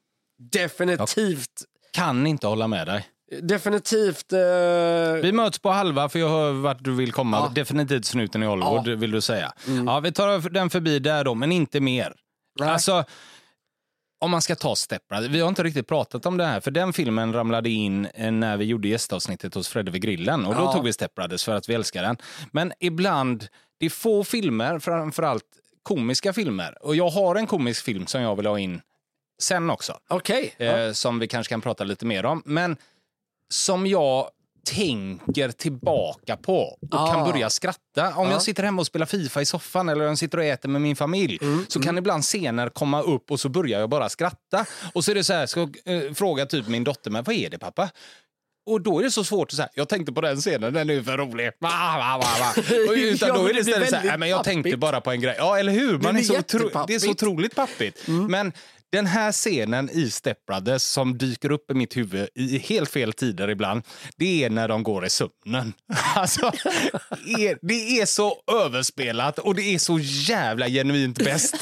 Definitivt, Kan inte hålla med dig. definitivt. Eh, Vi möts på halva för jag hör vart du vill komma. Ja. Definitivt Snuten i Hollywood Ja. vill du säga. Mm. Ja, vi tar den förbi där då, men inte mer. Nej. Alltså, om man ska ta Step Brothers, vi har inte riktigt pratat om det här, för den filmen ramlade in eh, när vi gjorde gästavsnittet hos Fredde vid grillen och då Ja. tog vi Step Brothers för att vi älskar den. Men ibland, det är få filmer, framförallt komiska filmer, och jag har en komisk film som jag vill ha in sen också. Okej. Ja. Eh, som vi kanske kan prata lite mer om. Men som jag tänker tillbaka på och Ah. kan börja skratta. Om Ah. jag sitter hemma och spelar FIFA i soffan eller jag sitter och äter med min familj Mm. så kan ibland scener komma upp och så börjar jag bara skratta. Och så är det så här, ska jag äh, fråga typ min dotter, men vad är det pappa? Och då är det så svårt att säga, jag tänkte på den scenen, den är ju för rolig. Va, va, va, va. Och utan Ja, då men är det det blir istället så här, väldigt nej, men jag tänkte pappigt. bara på en grej. Ja, eller hur? Man Det är så blir otro- det är så jättepappigt. otroligt pappigt. Men den här scenen i Step Brothers som dyker upp i mitt huvud i helt fel tider ibland, det är när de går i sömnen. Alltså, är, det är så överspelat och det är så jävla genuint bäst.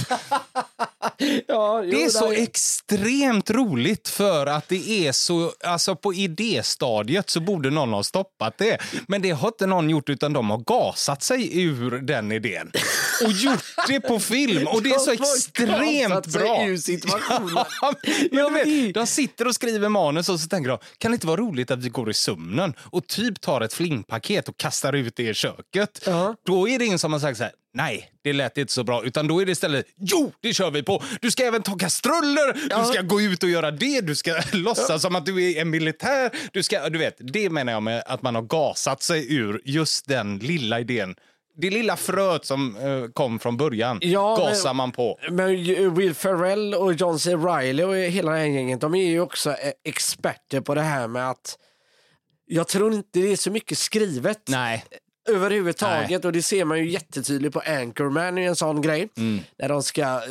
Ja, jo, Det är så där- extremt roligt för att det är så, alltså på idéstadiet så borde någon ha stoppat det. Men det har inte någon gjort utan de har gasat sig ur den idén. Och gjort det på film och det är så De har extremt gasat sig bra. ur situationen. Ja, men Ja, du vet, men- de sitter och skriver manus och så tänker de, kan det inte vara roligt att vi går i sömnen och typ tar ett flingpaket och kastar ut det i köket? Ja. Då är det ingen som har sagt så här, nej, det lät inte så bra. Utan då är det istället, jo, det kör vi på. Du ska även ta kastruller, Ja. du ska gå ut och göra det, du ska låtsas som att du är en militär. Du ska, du vet, det menar jag med att man har gasat sig ur just den lilla idén. Det lilla fröet som eh, kom från början, Ja, gasar men- man på. Men Will Ferrell och John C. Reilly och hela det här gänget, de är ju också eh, experter på det här med att jag tror inte det är så mycket skrivet Nej. överhuvudtaget. Nej. Och det ser man ju jättetydligt på Anchorman, en sån grej. Mm. Där de ska eh,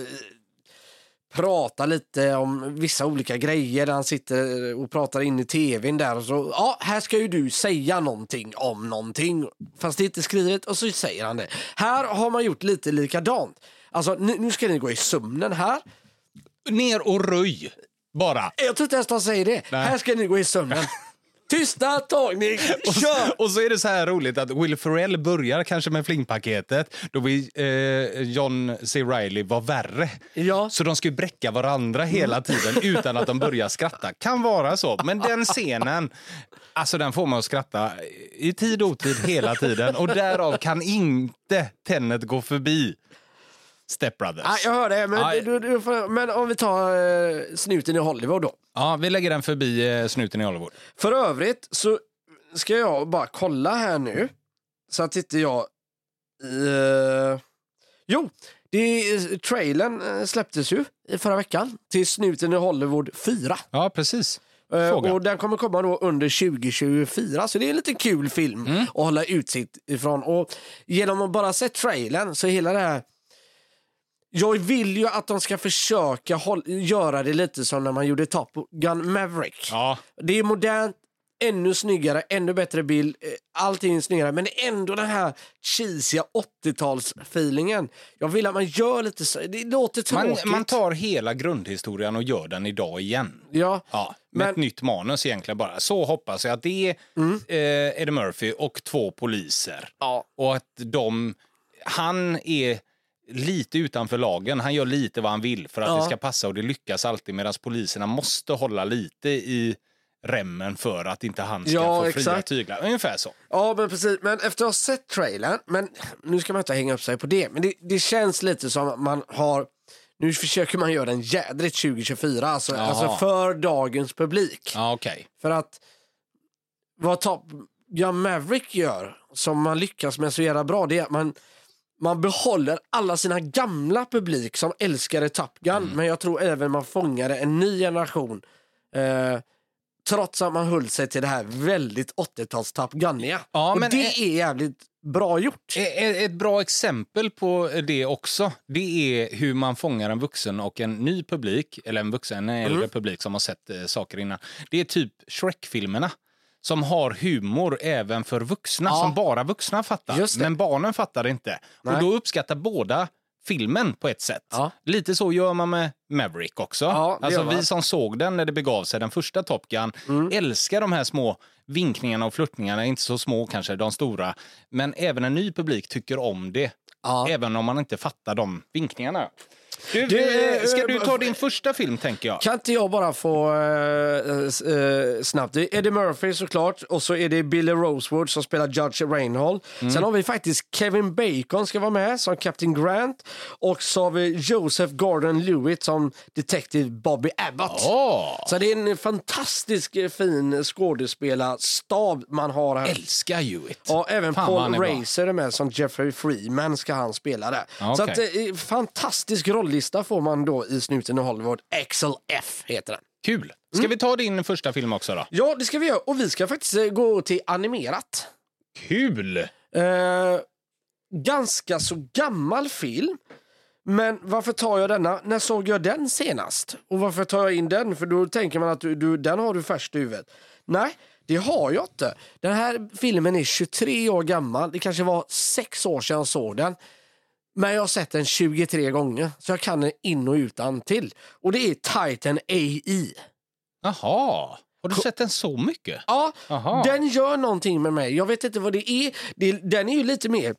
prata lite om vissa olika grejer. Där han sitter och pratar in i tvn där. Och så, ja, här ska ju du säga någonting om någonting. Fast det är inte skrivet och så säger han det. Här har man gjort lite likadant. Alltså, nu, nu ska ni gå i sömnen här. Ner och röj, bara. Jag tror inte ens de säger det. Nej. Här ska ni gå i sömnen. Tysta tagning, Och så, kör! och så är det så här roligt att Will Ferrell börjar kanske med flingpaketet. Då vill eh, John C. Reilly vara värre. Ja. Så de ska ju bräcka varandra hela tiden utan att de börjar skratta. Kan vara så. Men den scenen, alltså den får man att skratta i tid och otid hela tiden. Och därav kan inte Tenet gå förbi Step Brothers. Ja, jag hör det, men, Ja. du, du, får- men om vi tar eh, snuten i Hollywood då. Ja, vi lägger den förbi eh, snuten i Hollywood. För övrigt så ska jag bara kolla här nu. Så att inte jag... Uh, jo, det, trailern eh, släpptes ju i förra veckan till snuten i Hollywood fyra. Ja, precis. Eh, Fråga. och den kommer komma då under tjugo tjugofyra, så det är en liten kul film Mm. att hålla utsikt ifrån. Och genom att bara se trailern så hela det här... Jag vill ju att de ska försöka håll, göra det lite som när man gjorde Top Gun Maverick. Ja, Det är modernt, ännu snyggare, ännu bättre bild, eh, allting är snyggare, men ändå den här cheesiga åttio-tals-feelingen. Jag vill att man gör lite så, det låter man, tråkigt. man tar hela grundhistorien och gör den idag igen. Ja, Ja, med Men- ett nytt manus egentligen bara. Så hoppas jag att det är Mm. eh, Eddie Murphy och två poliser. ja. Och att de, han är lite utanför lagen. Han gör lite vad han vill för att Ja. det ska passa och det lyckas alltid medan poliserna måste hålla lite i remmen för att inte han ska Ja, få fria exakt. tyglar. Ungefär så. Ja, men precis. Men efter att ha sett trailern, men nu ska man inte hänga upp sig på det, men det, det känns lite som att man har, nu försöker man göra en jädrigt tjugo tjugofyra, alltså, Jaha. alltså för dagens publik. Ja, okej. För att vad Top Gun Maverick gör, som man lyckas med så jävla bra, det är att man, man behåller alla sina gamla publik som älskade Top Gun, Mm. men jag tror även man fångade en ny generation. Eh, trots att man höll sig till det här väldigt åttio-tals Top Gun-iga. Ja, och men det är- är jävligt bra gjort. E- Ett bra exempel på det också, det är hur man fångar en vuxen och en ny publik, eller en vuxen, en äldre Mm. publik som har sett eh, saker innan. Det är typ Shrek-filmerna som har humor även för vuxna, Ja. som bara vuxna fattar. Just det. Men barnen fattar det inte. Nej. Och då uppskattar båda filmen på ett sätt. Ja. Lite så gör man med Maverick också. Ja, det alltså gör man. vi som såg den när det begav sig, den första Top Gun, Mm. älskar de här små vinkningarna och flörtningarna, inte så små kanske, de stora. Men även en ny publik tycker om det, Ja. även om man inte fattar de vinkningarna. Du, Det- ska du ta din första film, tänker jag? Kan inte jag bara få äh, äh, snabbt? Det är Eddie Murphy såklart, och så är det Billy Rosewood som spelar Judge Reinhold. Mm. Sen har vi faktiskt Kevin Bacon ska vara med som Captain Grant, och så har vi Joseph Gordon-Levitt som Detective Bobby Abbott. Oh. Så det är en fantastisk fin skådespelarstab man har här. Älskar Hewitt. Och även Fan, Paul han är bra. Racer är med som Jeffrey Freeman ska han spela där. Ja, Så okej. att, eh, fantastisk rolllista får man då i Snuten i Hollywood. Axel F heter den. Kul. Ska vi ta din första film också då? Ja, det ska vi göra. Och vi ska faktiskt eh, gå till animerat. Kul! Eh, ganska så gammal film. Men varför tar jag denna? När såg jag den senast? Och varför tar jag in den? För då tänker man att du, du, den har du färskt i huvudet. Nej, det har jag inte. Den här filmen är tjugotre år gammal. Det kanske var sex år sedan jag såg den. Men jag har sett den tjugotre gånger. Så jag kan den in och utan till. Och det är Titan A I. Jaha. Har du sett den så mycket? Ja, Aha. den gör någonting med mig. Jag vet inte vad det är. Det, den är ju lite mer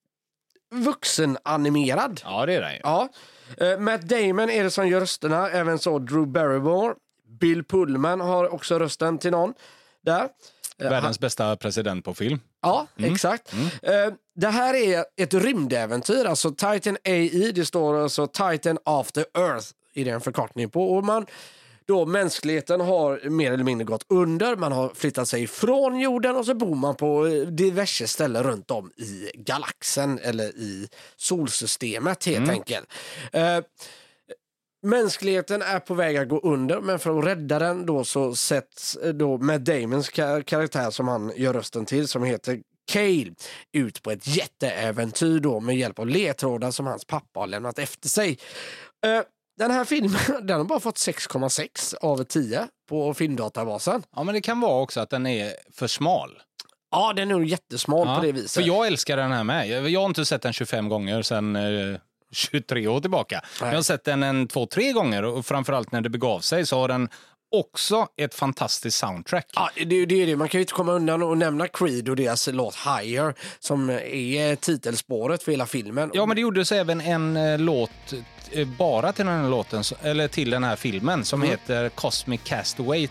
vuxenanimerad. Ja, det är den ju. Ja. Uh, Matt Damon är det som gör rösterna. Även så Drew Barrymore. Bill Pullman har också rösten till någon. Där. Uh, Världens han... bästa president på film. Ja, mm. exakt. Mm. Uh, det här är ett rymdäventyr. Alltså Titan A I, det står alltså Titan After Earth i den förkortning på. Och man... Då mänskligheten har mer eller mindre gått under, man har flyttat sig från jorden och så bor man på diverse ställen runt om i galaxen eller i solsystemet helt mm. enkelt. Uh, mänskligheten är på väg att gå under, men för att rädda den då så sätts då Matt Damons kar- karaktär som han gör rösten till, som heter Cale, ut på ett jätteäventyr då med hjälp av ledtrådar som hans pappa har lämnat efter sig. Uh, Den här filmen, den har bara fått sex komma sex av tio på filmdatabasen. Ja, men det kan vara också att den är för smal. Ja, den är nog jättesmal Ja, på det viset. För jag älskar den här med. Jag, jag har inte sett den tjugofem gånger sedan eh, tjugotre år tillbaka. Nej. Jag har sett den en två, tre gånger och framförallt när det begav sig så har den också ett fantastiskt soundtrack. Ja, det, det är det. Man kan ju inte komma undan och nämna Creed och deras låt Higher som är titelspåret för hela filmen. Ja, men det gjordes även en eh, låt eh, bara till den här låten, eller till den här filmen som mm. heter Cosmic Castaway.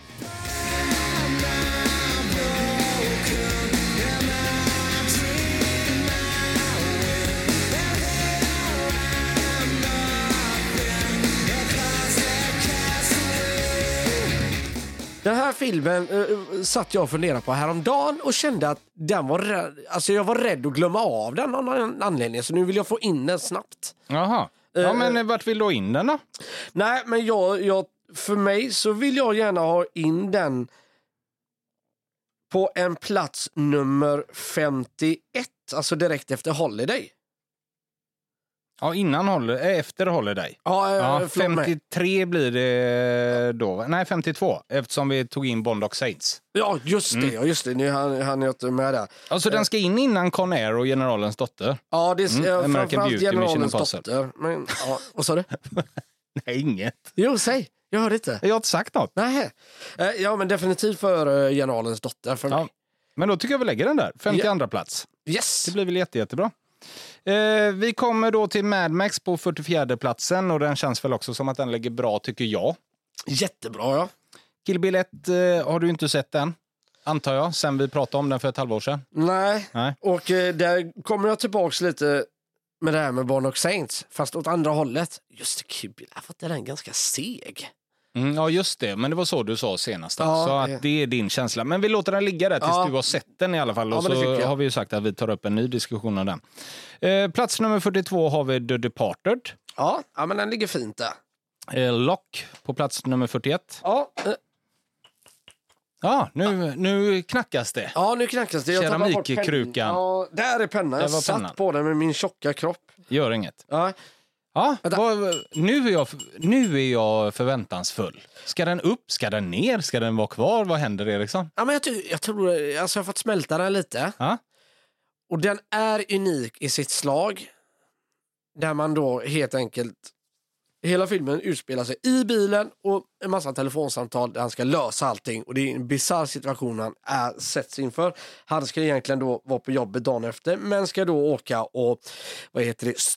Den här filmen uh, satt jag och funderade på häromdagen och kände att den var rädd, alltså jag var rädd att glömma av den av någon anledning, så nu vill jag få in den snabbt. Jaha. Ja, uh, men vart vill du ha in den då? Nej, men jag, jag, för mig så vill jag gärna ha in den på en plats nummer femtioett, alltså direkt efter Holiday. Ja, innan Holiday, efter Holiday. Ja, ja, femtiotre blir det då. Nej, femtiotvå, eftersom vi tog in Bond och Saints. Ja, just det. Mm. Just det. Nu han, han är inte med där. Alltså, den ska in innan Con Air och Generalens dotter. Ja, det är mm. framförallt Generalens dotter. Men, ja, vad sa du? Nej, inget. Jo, säg. Jag hörde inte. Jag har inte sagt något. Nej. Ja, men definitivt för Generalens dotter för mig. Ja. Men då tycker jag vi lägger den där. femtioandra yeah. plats. Yes. Det blir väl jätte, jättebra. Eh, vi kommer då till Mad Max på fyrtiofjärde platsen och den känns väl också som att den lägger bra, tycker jag. Jättebra, ja. Kill Bill ett, eh, har du inte sett den? Antar jag, sen vi pratade om den för ett halvår sedan. Nej, Nej. och eh, där kommer jag tillbaks lite med det här med Bond och Saints, fast åt andra hållet. Just det, Kill Bill, jag fattar den ganska seg. Mm, ja, just det. Men det var så du sa senast. Ja, så att det är din känsla. Men vi låter den ligga där tills ja. du har sett den i alla fall. Och ja, så har vi ju sagt att vi tar upp en ny diskussion om den. Eh, plats nummer fyrtiotvå har vi The Departed. Ja, ja men den ligger fint där. Eh, Lock på plats nummer fyrtioett. Ja. Eh. Ja, nu, nu knackas det. Ja, nu knackas det. Jag Keramikkrukan. Ja, där är pennan. Jag satt pennan. på den med min tjocka kropp. Gör inget. Ja. Ja, vad, nu, är jag, nu är jag förväntansfull. Ska den upp? Ska den ner? Ska den vara kvar? Vad händer, Eriksson? Ja, men jag, jag tror alltså jag har fått smälta den lite. Ja. Och den är unik i sitt slag. Där man då helt enkelt... Hela filmen utspelar sig i bilen och en massa telefonsamtal där han ska lösa allting. Och det är en bizarr situation han är, sätts inför. Han ska egentligen då vara på jobbet dagen efter, men ska då åka och vad heter det, stötta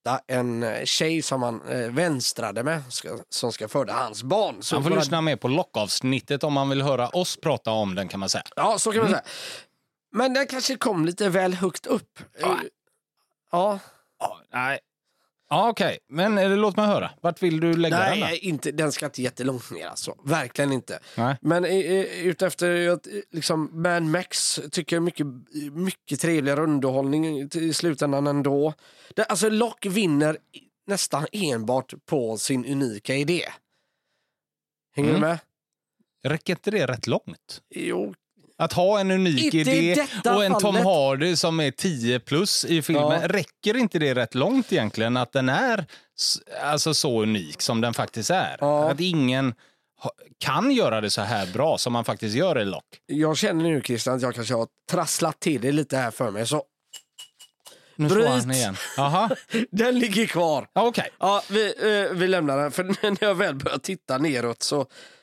dejta en tjej som han eh, vänstrade med ska, som ska föda hans barn. Så Han får bara, lyssna med på lockavsnittet om man vill höra oss prata om den, kan man säga. Ja, så kan man Mm. säga. Men den kanske kom lite väl högt upp. Ja. Ja. Ja, nej. Ja, okej. Men eh, låt mig höra. Vart vill du lägga den då? Nej, inte, den ska inte jättelångt ner alltså. Verkligen inte. Nej. Men eh, utefter att, liksom, Mad Max tycker jag är mycket, mycket trevligare underhållning i slutändan ändå. Det, alltså Locke vinner nästan enbart på sin unika idé. Hänger Mm. du med? Räcker inte det rätt långt? Jo. Att ha en unik Inte i idé detta och en Tom fallet. Hardy som är tio plus i filmen, Ja. räcker inte det rätt långt egentligen att den är s- alltså så unik som den faktiskt är? Ja. Att ingen ha- kan göra det så här bra som man faktiskt gör i Locke. Jag känner nu, Christian, att jag kanske har trasslat till det lite här för mig. Så Nu slår Bryt. han igen. Jaha, den ligger kvar. ja, okej. Ja, vi, eh, vi lämnar den. För när jag väl börjar titta neråt så...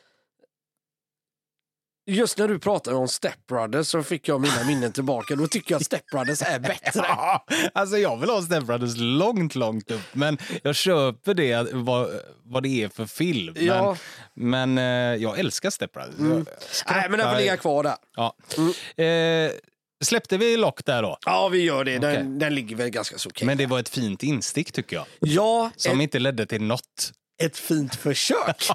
Just när du pratade om Step Brothers så fick jag mina minnen tillbaka. Då tycker jag att Step Brothers är bättre. Ja, alltså jag vill ha Step Brothers långt, långt upp. Men jag köper det, vad, vad det är för film. Men, Ja. men eh, jag älskar Step Brothers. Jag Nej, men den får ligga kvar där. Ja. Eh, släppte vi Locke där då? Ja, vi gör det. Den, Okej. den ligger väl ganska så okej. Men det var ett fint instick tycker jag. Ja, Som ett, inte ledde till något. ett fint försök.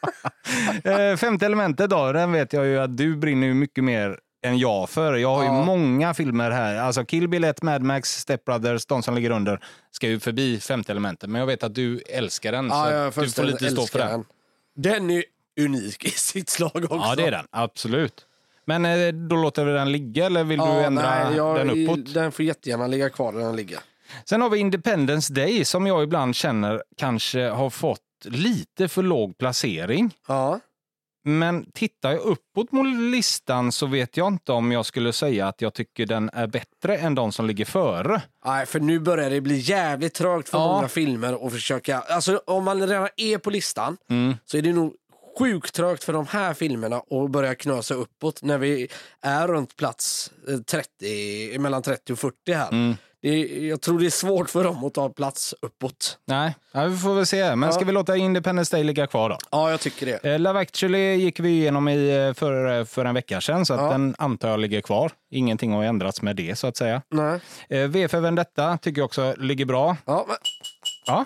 Eh, femte elementet då, den vet jag ju att du brinner ju mycket mer än jag för. Jag har ju Ja. många filmer här. Alltså Kill Bill ett, Mad Max, Step Brothers, de som ligger under ska ju förbi femte elementet. Men jag vet att du älskar den. Ja, så jag du får fullständigt lite stå för älskar den. den. Den är unik i sitt slag också. Ja, det är den. Absolut. Men eh, då låter vi den ligga eller vill Ja, du ändra nej, jag, den uppåt? Den får jättegärna ligga kvar där den ligger. Sen har vi Independence Day som jag ibland känner kanske har fått lite för låg placering. Ja. Men tittar jag uppåt mot listan så vet jag inte om jag skulle säga att jag tycker den är bättre än de som ligger före. Nej, för nu börjar det bli jävligt trögt för Ja. många filmer att försöka... Alltså om man redan är på listan Mm. så är det nog sjukt trögt för de här filmerna att börja knösa uppåt när vi är runt plats eh, trettio, mellan trettio och fyrtio här. Mm. Det är, jag tror det är svårt för dem att ta plats uppåt. Nej, ja, vi får väl se. Men Ja. ska vi låta Independence Day ligga kvar då? Ja, jag tycker det. Eh, Love Actually gick vi igenom i, eh, för, för en vecka sedan så att Ja. den antar jag ligger kvar. Ingenting har ändrats med det så att säga. Nej. Eh, V för Vendetta tycker jag också ligger bra. Ja, men, Ja.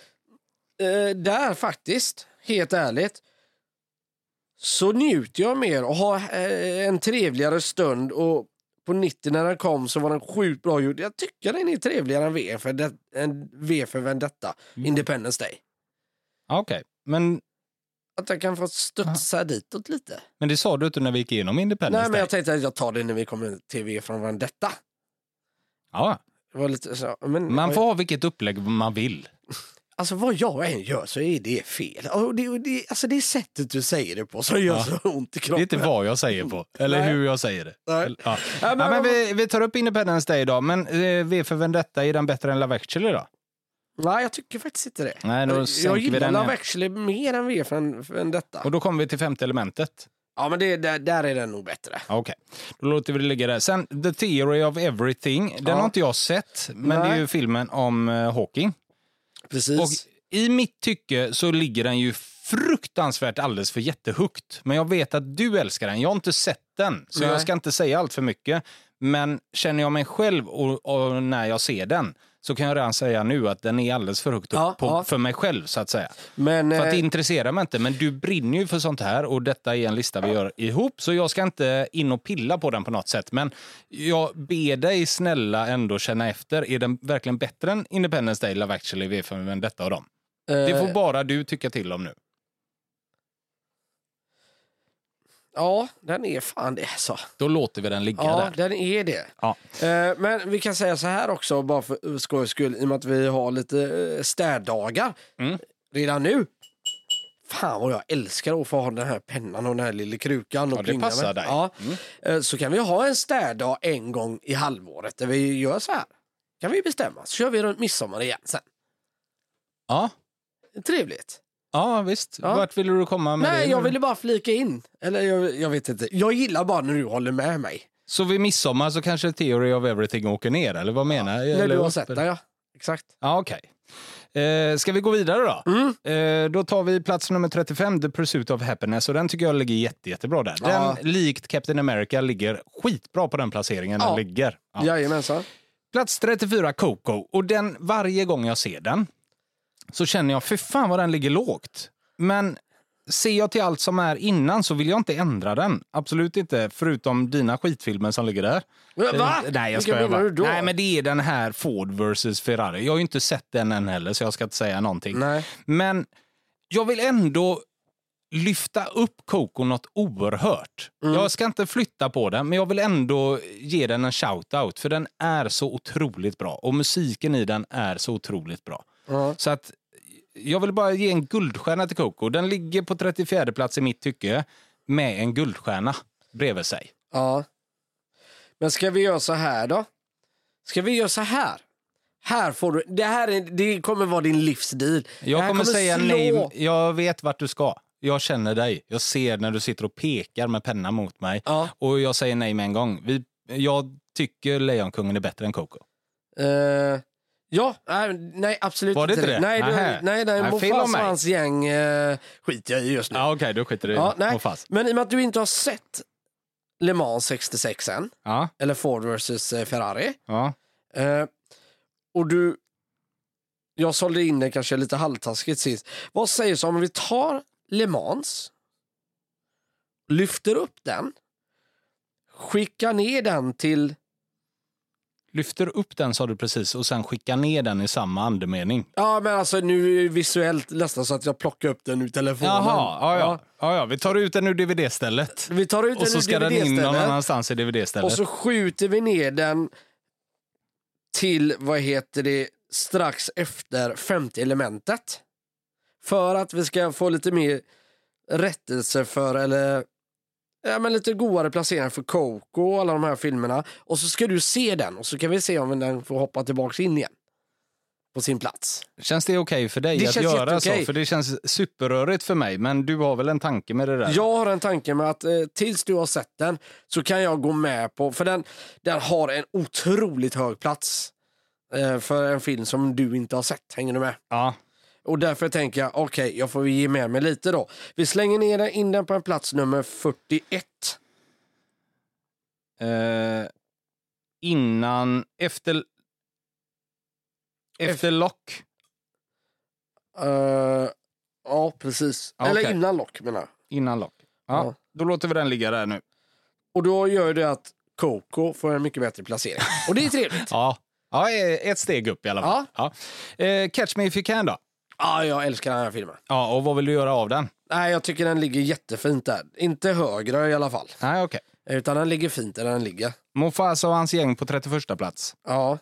eh, där faktiskt, helt ärligt, så njuter jag mer och har eh, en trevligare stund. Och på nittio när den kom så var den sjukt bra gjord. Jag tycker den är trevligare än V för, det, än V för Vendetta, Independence Day. Ja, okej. Men, Att jag kan få studsa ditåt lite. men det sa du inte när vi gick igenom Independence Nej, men Day. jag tänkte att jag tar det när vi kommer till V från Vendetta. Ja. Det var lite så, men, Man får ha vilket upplägg man vill. Alltså vad jag än gör så är det fel. Och det, och det, alltså det är sättet du säger det på som gör Ja. så ont i Det är kroppen. inte vad jag säger på, eller Nej. hur jag säger det. Nej. Eller- Ja. Ja, men- Ja, men vi, vi tar upp Independence Day idag, men eh, V för Vendetta, är den bättre än Love Actually då? Nej, jag tycker faktiskt inte det. Nej, då jag sänker vi gillar den Love igen. Actually mer än V för Vendetta. Och då kommer vi till femte elementet. Ja, men det, där, där är den nog bättre. Ja, okej, då låter vi det ligga där. Sen The Theory of Everything, den Ja. har inte jag sett, men det är Nej. ju filmen om uh, Hawking. Precis. Och i mitt tycke så ligger den ju fruktansvärt alldeles för jättehögt. Men jag vet att du älskar den. Jag har inte sett den, så Nej. jag ska inte säga allt för mycket. Men känner jag mig själv och, och när jag ser den så kan jag redan säga nu att den är alldeles för högt upp Ja, på, ja. för mig själv så att säga. men, För att det eh, intresserar mig inte, men du brinner ju för sånt här och detta är en lista vi gör ihop, så jag ska inte in och pilla på den på något sätt. Men jag ber dig snälla ändå känna efter, är den verkligen bättre än Independence Day, Love Actually, V för Vendetta och dem? Det eh, får bara du tycka till om nu. Ja, den är fan det så. Då låter vi den ligga Ja, där. den är det. Ja. Eh, men vi kan säga så här också, bara för skojs skull, i och med att vi har lite eh, städdagar Mm. redan nu. Fan vad jag älskar att få ha den här pennan och den här lilla krukan. Och Ja, det plinga passar med. dig. Ja. Mm. Eh, så kan vi ha en städdag en gång i halvåret där vi gör så här. Kan vi bestämma, så kör vi runt midsommar igen sen. Ja. Trevligt. Ja, visst. Ja. Vart ville du komma med Nej, det? jag ville bara flika in. Eller jag, jag vet inte. Jag gillar bara när du håller med mig. Så vid midsommar så kanske Theory of Everything åker ner, eller vad menar jag? När Eller du har upp, sett eller? det, ja. Exakt. Ja, okej. Eh, ska vi gå vidare då? Mm. Eh, då tar vi plats nummer trettiofem, The Pursuit of Happiness. Och den tycker jag ligger jätte, jättebra där. Den, Ja. likt Captain America, ligger skitbra på den placeringen Ja. den ligger. Ja. Jajamensan. Plats trettiofyra, Coco. Och den, varje gång jag ser den så känner jag, för fan vad den ligger lågt. Men ser jag till allt som är innan så vill jag inte ändra den. Absolut inte, förutom dina skitfilmer som ligger där. Va? Eh, Nej, jag Vilka ska menar bara. du då? Nej, men det är den här Ford versus Ferrari. Jag har ju inte sett den än heller, så jag ska inte säga någonting. Nej. Men jag vill ändå lyfta upp Coco något oerhört. Mm. Jag ska inte flytta på den, men jag vill ändå ge den en shout-out. För den är så otroligt bra. Och musiken i den är så otroligt bra. Ja. Så att jag vill bara ge en guldstjärna till Coco. Den ligger på trettiofjärde plats i mitt tycke med en guldstjärna bredvid sig. Ja. Men ska vi göra så här då? Ska vi göra så här? Här får du, det här är, det kommer vara din livsstil. Det Jag här kommer säga slå. nej. Jag vet vart du ska. Jag känner dig. Jag ser när du sitter och pekar med penna mot mig. Ja. Och jag säger nej med en gång. Vi, jag tycker Lejonkungen är bättre än Coco. Uh, ja, nej, nej absolut Var det inte inte det? Nej, Nähä. nej, nej, nej Nej, fel Mofas om mig. och hans gäng uh, skiter jag i just nu. Ja, okej, okay, då skiter du Ja, i nej. Mofas. Men i och med att du inte har sett Le Mans sextiosex än, Ja, eller Ford versus Ferrari, ja. uh, och du, jag sålde in det kanske lite halvtaskigt sist. Vad sägs om vi tar Le Mans, lyfter upp den, skickar ner den till... Lyfter upp den, sa du precis, och sen skickar ner den i samma andemening. Ja, men alltså nu är det visuellt nästan så att jag plockar upp den ur telefonen. Jaha, ja, ja. Ja, ja. Vi tar ut den ur D V D-stället. Vi tar ut den Och så ur ska den in någon D V D-stället. annanstans i D V D-stället. Och så skjuter vi ner den till, vad heter det, strax efter femte elementet. För att vi ska få lite mer rättelse för, eller ja, men lite godare placeringar för Coco och alla de här filmerna. Och så ska du se den och så kan vi se om den får hoppa tillbaka in igen på sin plats. Känns det okej för dig Det att känns göra jätteokej. så? För det känns superrörigt för mig, men du har väl en tanke med det där? Jag har en tanke med att eh, tills du har sett den så kan jag gå med på, för den, den har en otroligt hög plats eh, för en film som du inte har sett. Hänger du med? Ja. Och därför tänker jag, okej, okay, jag får ge med mig lite då. Vi slänger ner den, in den på en plats nummer fyrtioett. Eh, innan, efter... Efter lock. Uh, ja, precis. Ja, Eller okej. innan lock, menar jag. Innan lock. Ja, Ja. då låter vi den ligga där nu. Och då gör det att Coco får en mycket bättre placering. Och det är trevligt. Ja. Ja, ett steg upp i alla fall. Ja. Eh, Catch Me If You Can då? Ja, jag älskar den här filmen. Ja, och vad vill du göra av den? Nej, jag tycker den ligger jättefint där. Inte högre i alla fall. Nej, okej. Utan den ligger fint där den ligger. Mufasa och hans gäng på trettioförsta plats. Ja.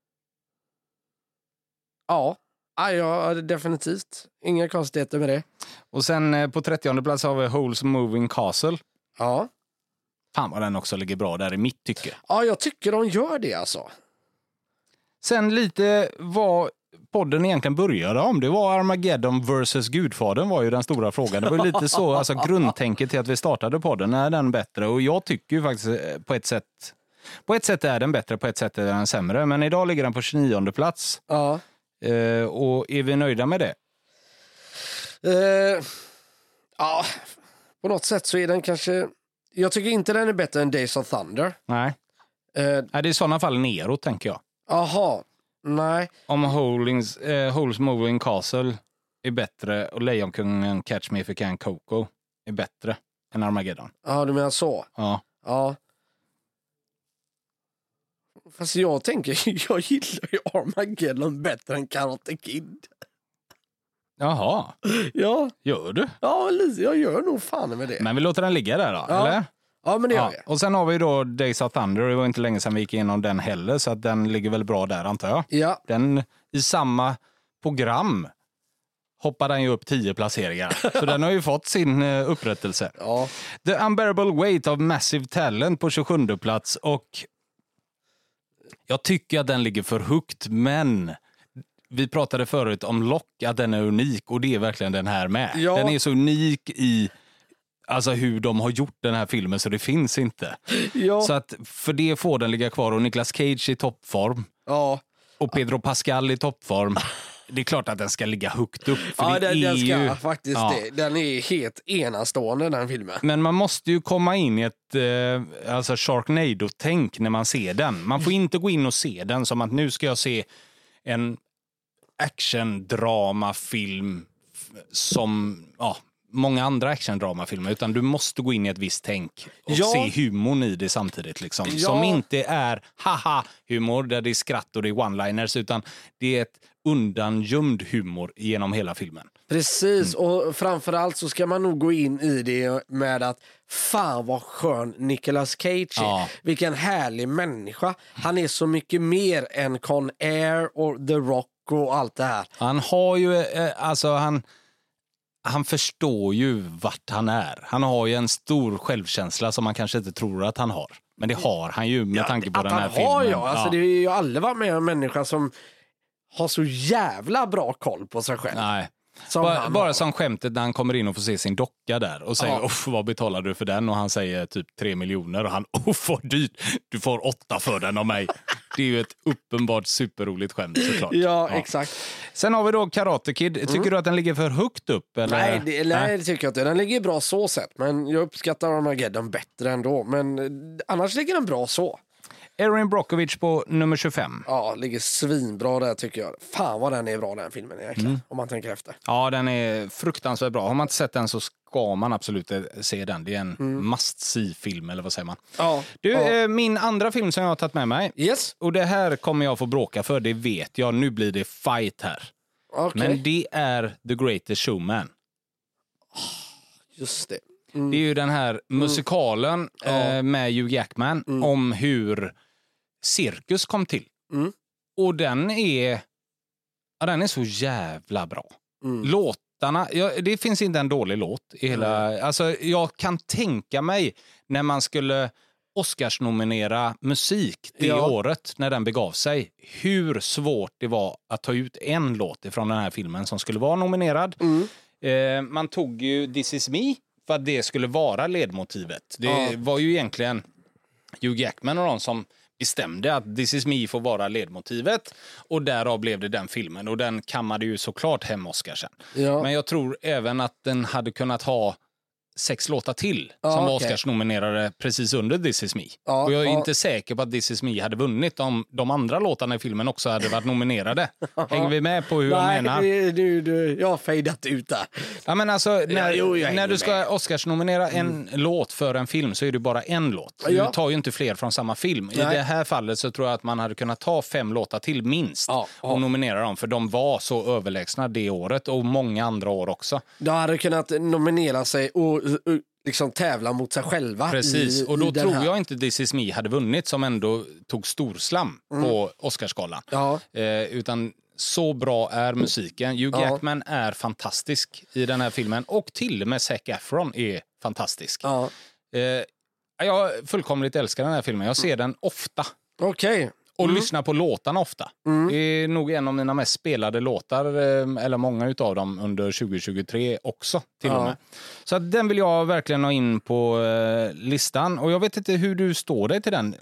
Ja. Ja, ja, definitivt. Inga konstigheter med det. Och sen eh, på trettionde plats har vi Holes Moving Castle. Ja. Fan vad den också ligger bra där i mitt tycke. Ja, jag tycker de gör det alltså. Sen lite vad podden egentligen började om. Det var Armageddon versus Gudfadern var ju den stora frågan. Det var ju lite så, alltså grundtänket till att vi startade podden. Är den bättre? Och jag tycker ju faktiskt eh, på ett sätt på ett sätt är den bättre, på ett sätt är den sämre. Men idag ligger den på tjugonionde plats. Ja. Eh, och är vi nöjda med det? Uh, ja, på något sätt så är den kanske... Jag tycker inte den är bättre än Days of Thunder. Nej. Uh, Nej, det är i sådana fall neråt, tänker jag. Aha, nej. Om Holings, eh, Holes Moving Castle är bättre och Lejonkungen Catch Me If You Can Coco är bättre än Armageddon. Ja, du menar så. Ja. Ja. Fast jag tänker, jag gillar ju Armageddon bättre än Karate Kid. Jaha, Ja, gör du? ja lite, jag gör nog fan med det. Men vi låter den ligga där då, Ja. eller? Ja, men det gör Ja. vi. Och sen har vi då Days of Thunder. Det var inte länge sedan vi gick igenom den heller, så att den ligger väl bra där, antar jag. Ja, Den i samma program hoppar den ju upp tio placeringar. Så den har ju fått sin eh, upprättelse. ja. The Unbearable Weight of Massive Talent på tjugosjunde plats. Och jag tycker att den ligger för högt, men vi pratade förut om Lock, att den är unik, och det är verkligen den här med. Ja. Den är så unik i alltså hur de har gjort den här filmen så det finns inte. Ja. Så att för det får den ligga kvar, och Nicolas Cage i toppform Ja. och Pedro Pascal i toppform. det är klart att den ska ligga högt upp. För Ja, det den, är den ska ju, faktiskt ja. det. Den är helt enastående, den filmen. Men man måste ju komma in i ett eh, alltså Sharknado-tänk när man ser den. Man får inte gå in och se den som att nu ska jag se en action-drama-film som ja, många andra action-dramafilmer, utan du måste gå in i ett visst tänk och Ja. se humorn i det samtidigt. Liksom. Ja. Som inte är haha-humor där det är skratt och det är one-liners, utan det är ett undangömd humor genom hela filmen. Precis, mm. och framförallt så ska man nog gå in i det med att fan vad skön Nicolas Cage är. Ja. Vilken härlig människa. Han är så mycket mer än Con Air och The Rock och allt det här. Han har ju, eh, alltså han... Han förstår ju vart han är. Han har ju en stor självkänsla som man kanske inte tror att han har. Men det har han ju med Ja, tanke på att den här han filmen. har, ja. Alltså, ja. det är ju aldrig varit med en människa som har så jävla bra koll på sig själv. Nej. Som Bara, han bara har. som skämtet när han kommer in och får se sin docka där och säger, Ja. uff, vad betalar du för den? Och han säger typ tre miljoner och han, uff, vad dyrt. Du får åtta för den av mig. Det är ju ett uppenbart superroligt skämt såklart. Ja, exakt. Sen har vi då Karate Kid. Tycker Mm. du att den ligger för högt upp? Eller? Nej, det, nej, det tycker jag inte. Den ligger bra så sett, men jag uppskattar Armageddon bättre ändå. Men eh, annars ligger den bra så. Erin Brockovich på nummer tjugofem. Ja, ligger svinbra där tycker jag. Fan vad den är bra den filmen egentligen, Mm. om man tänker efter. Ja, den är fruktansvärt bra. Har man inte sett den så ska man absolut se den. Det är en Mm. must-see-film, eller vad säger man? Ja. Du, ja. eh, min andra film som jag har tagit med mig. Yes. Och det här kommer jag få bråka för, det vet jag. Nu blir det fight här. Okej. Men det är The Greatest Showman. Just det. Det är ju den här musikalen Ja. eh, med Hugh Jackman Mm. om hur cirkus kom till. Mm. Och den är, ja, den är så jävla bra. Mm. Låtarna, ja, det finns inte en dålig låt i hela, alltså jag kan tänka mig när man skulle Oscarsnominera musik det Ja. året när den begav sig, hur svårt det var att ta ut en låt ifrån den här filmen som skulle vara nominerad. Mm. Eh, man tog ju This Is Me för att det skulle vara ledmotivet. Det Ja. var ju egentligen Hugh Jackman och de som bestämde att This Is Me får vara ledmotivet, och därav blev det den filmen, och den kammade ju såklart hem Oscarsen. Ja. Men jag tror även att den hade kunnat ha sex låtar till Ja, som var okej. Oscarsnominerade precis under This Is Me. Ja, och jag är ja. inte säker på att This Is Me hade vunnit om de andra låtarna i filmen också hade varit nominerade. Hänger vi med på hur jag Nej, menar? du, du, du, jag har fejdat ut där. Ja, men alltså, när, jo, jag hänger när du ska med. Oscarsnominera en låt för en film så är det bara en låt. Ja. Du tar ju inte fler från samma film. I Nej. det här fallet så tror jag att man hade kunnat ta fem låtar till minst Ja, ja. och nominera dem, för de var så överlägsna det året och många andra år också. De hade kunnat nominera sig och, och liksom tävla mot sig själva. Precis, i, och då i den tror här. jag inte This Is Me hade vunnit, som ändå tog storslam på Oscarsgalan. Ja. Eh, utan så bra är musiken. Hugh Ja. Jackman är fantastisk i den här filmen, och till och med Zac Efron är fantastisk. Ja. Eh, jag fullkomligt älskar den här filmen. Jag ser den ofta Okej. och Mm. lyssnar på låtarna ofta. Det är nog en av mina mest spelade låtar, eh, eller många utav dem under tjugo tjugotre också till Ja. och med. Så att den vill jag verkligen ha in på eh, listan, och jag vet inte hur du står dig till den.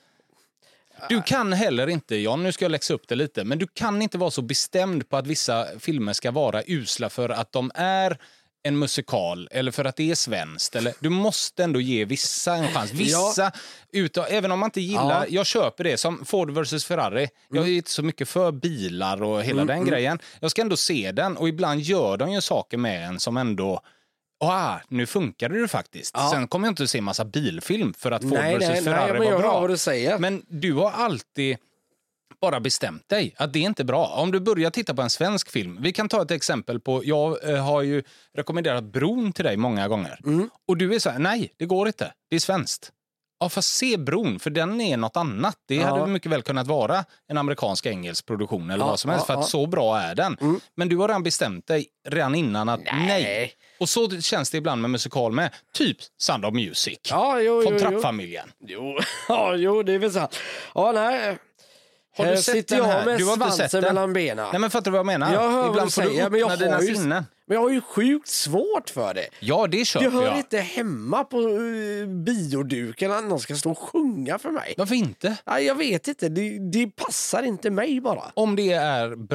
Du kan heller inte, John, nu ska jag läxa upp det lite, men du kan inte vara så bestämd på att vissa filmer ska vara usla för att de är en musikal eller för att det är svenskt. Eller, du måste ändå ge vissa en chans. Vissa, utav, även om man inte gillar, Ja. jag köper det som Ford versus Ferrari. Jag är inte så mycket för bilar och hela Mm, den mm. grejen. Jag ska ändå se den, och ibland gör de ju saker med en som ändå, ah, nu funkar det faktiskt. Ja. Sen kommer jag inte att se massa bilfilm för att Ford Nej, versus nej, Ferrari nej, men var jag bra. hör vad du säger. Men du har alltid bara bestämt dig att det är inte bra. Om du börjar titta på en svensk film, vi kan ta ett exempel på, jag eh, har ju rekommenderat Bron till dig många gånger. Mm. Och du är så här, nej, det går inte. Det är svenskt. Ja, fast se Bron, för den är något annat. Det Ja. hade mycket väl kunnat vara en amerikansk engelsk produktion eller Ja, vad som helst, ja, för att ja. så bra är den. Mm. Men du har redan bestämt dig redan innan att nej. Nej. Och så känns det ibland med musikal med. Typ Sound of Music. Ja, jo, Från jo, jo. Trappfamiljen. Jo, ja, jo, det är väl sant. Ja, nej. Har du Här sett sitter den jag här? med Du har inte sett svansen den? mellan benen. Nej, men fattar du vad jag menar? Jag hör vad Ibland du får du säger, öppna men jag dina har ju- sinnen. Men jag har ju sjukt svårt för det. Ja, det köper Det hör jag. inte hemma på uh, bioduken att någon ska stå och sjunga för mig. Varför inte? Nej, jag vet inte, det, det passar inte mig bara. Om det är bra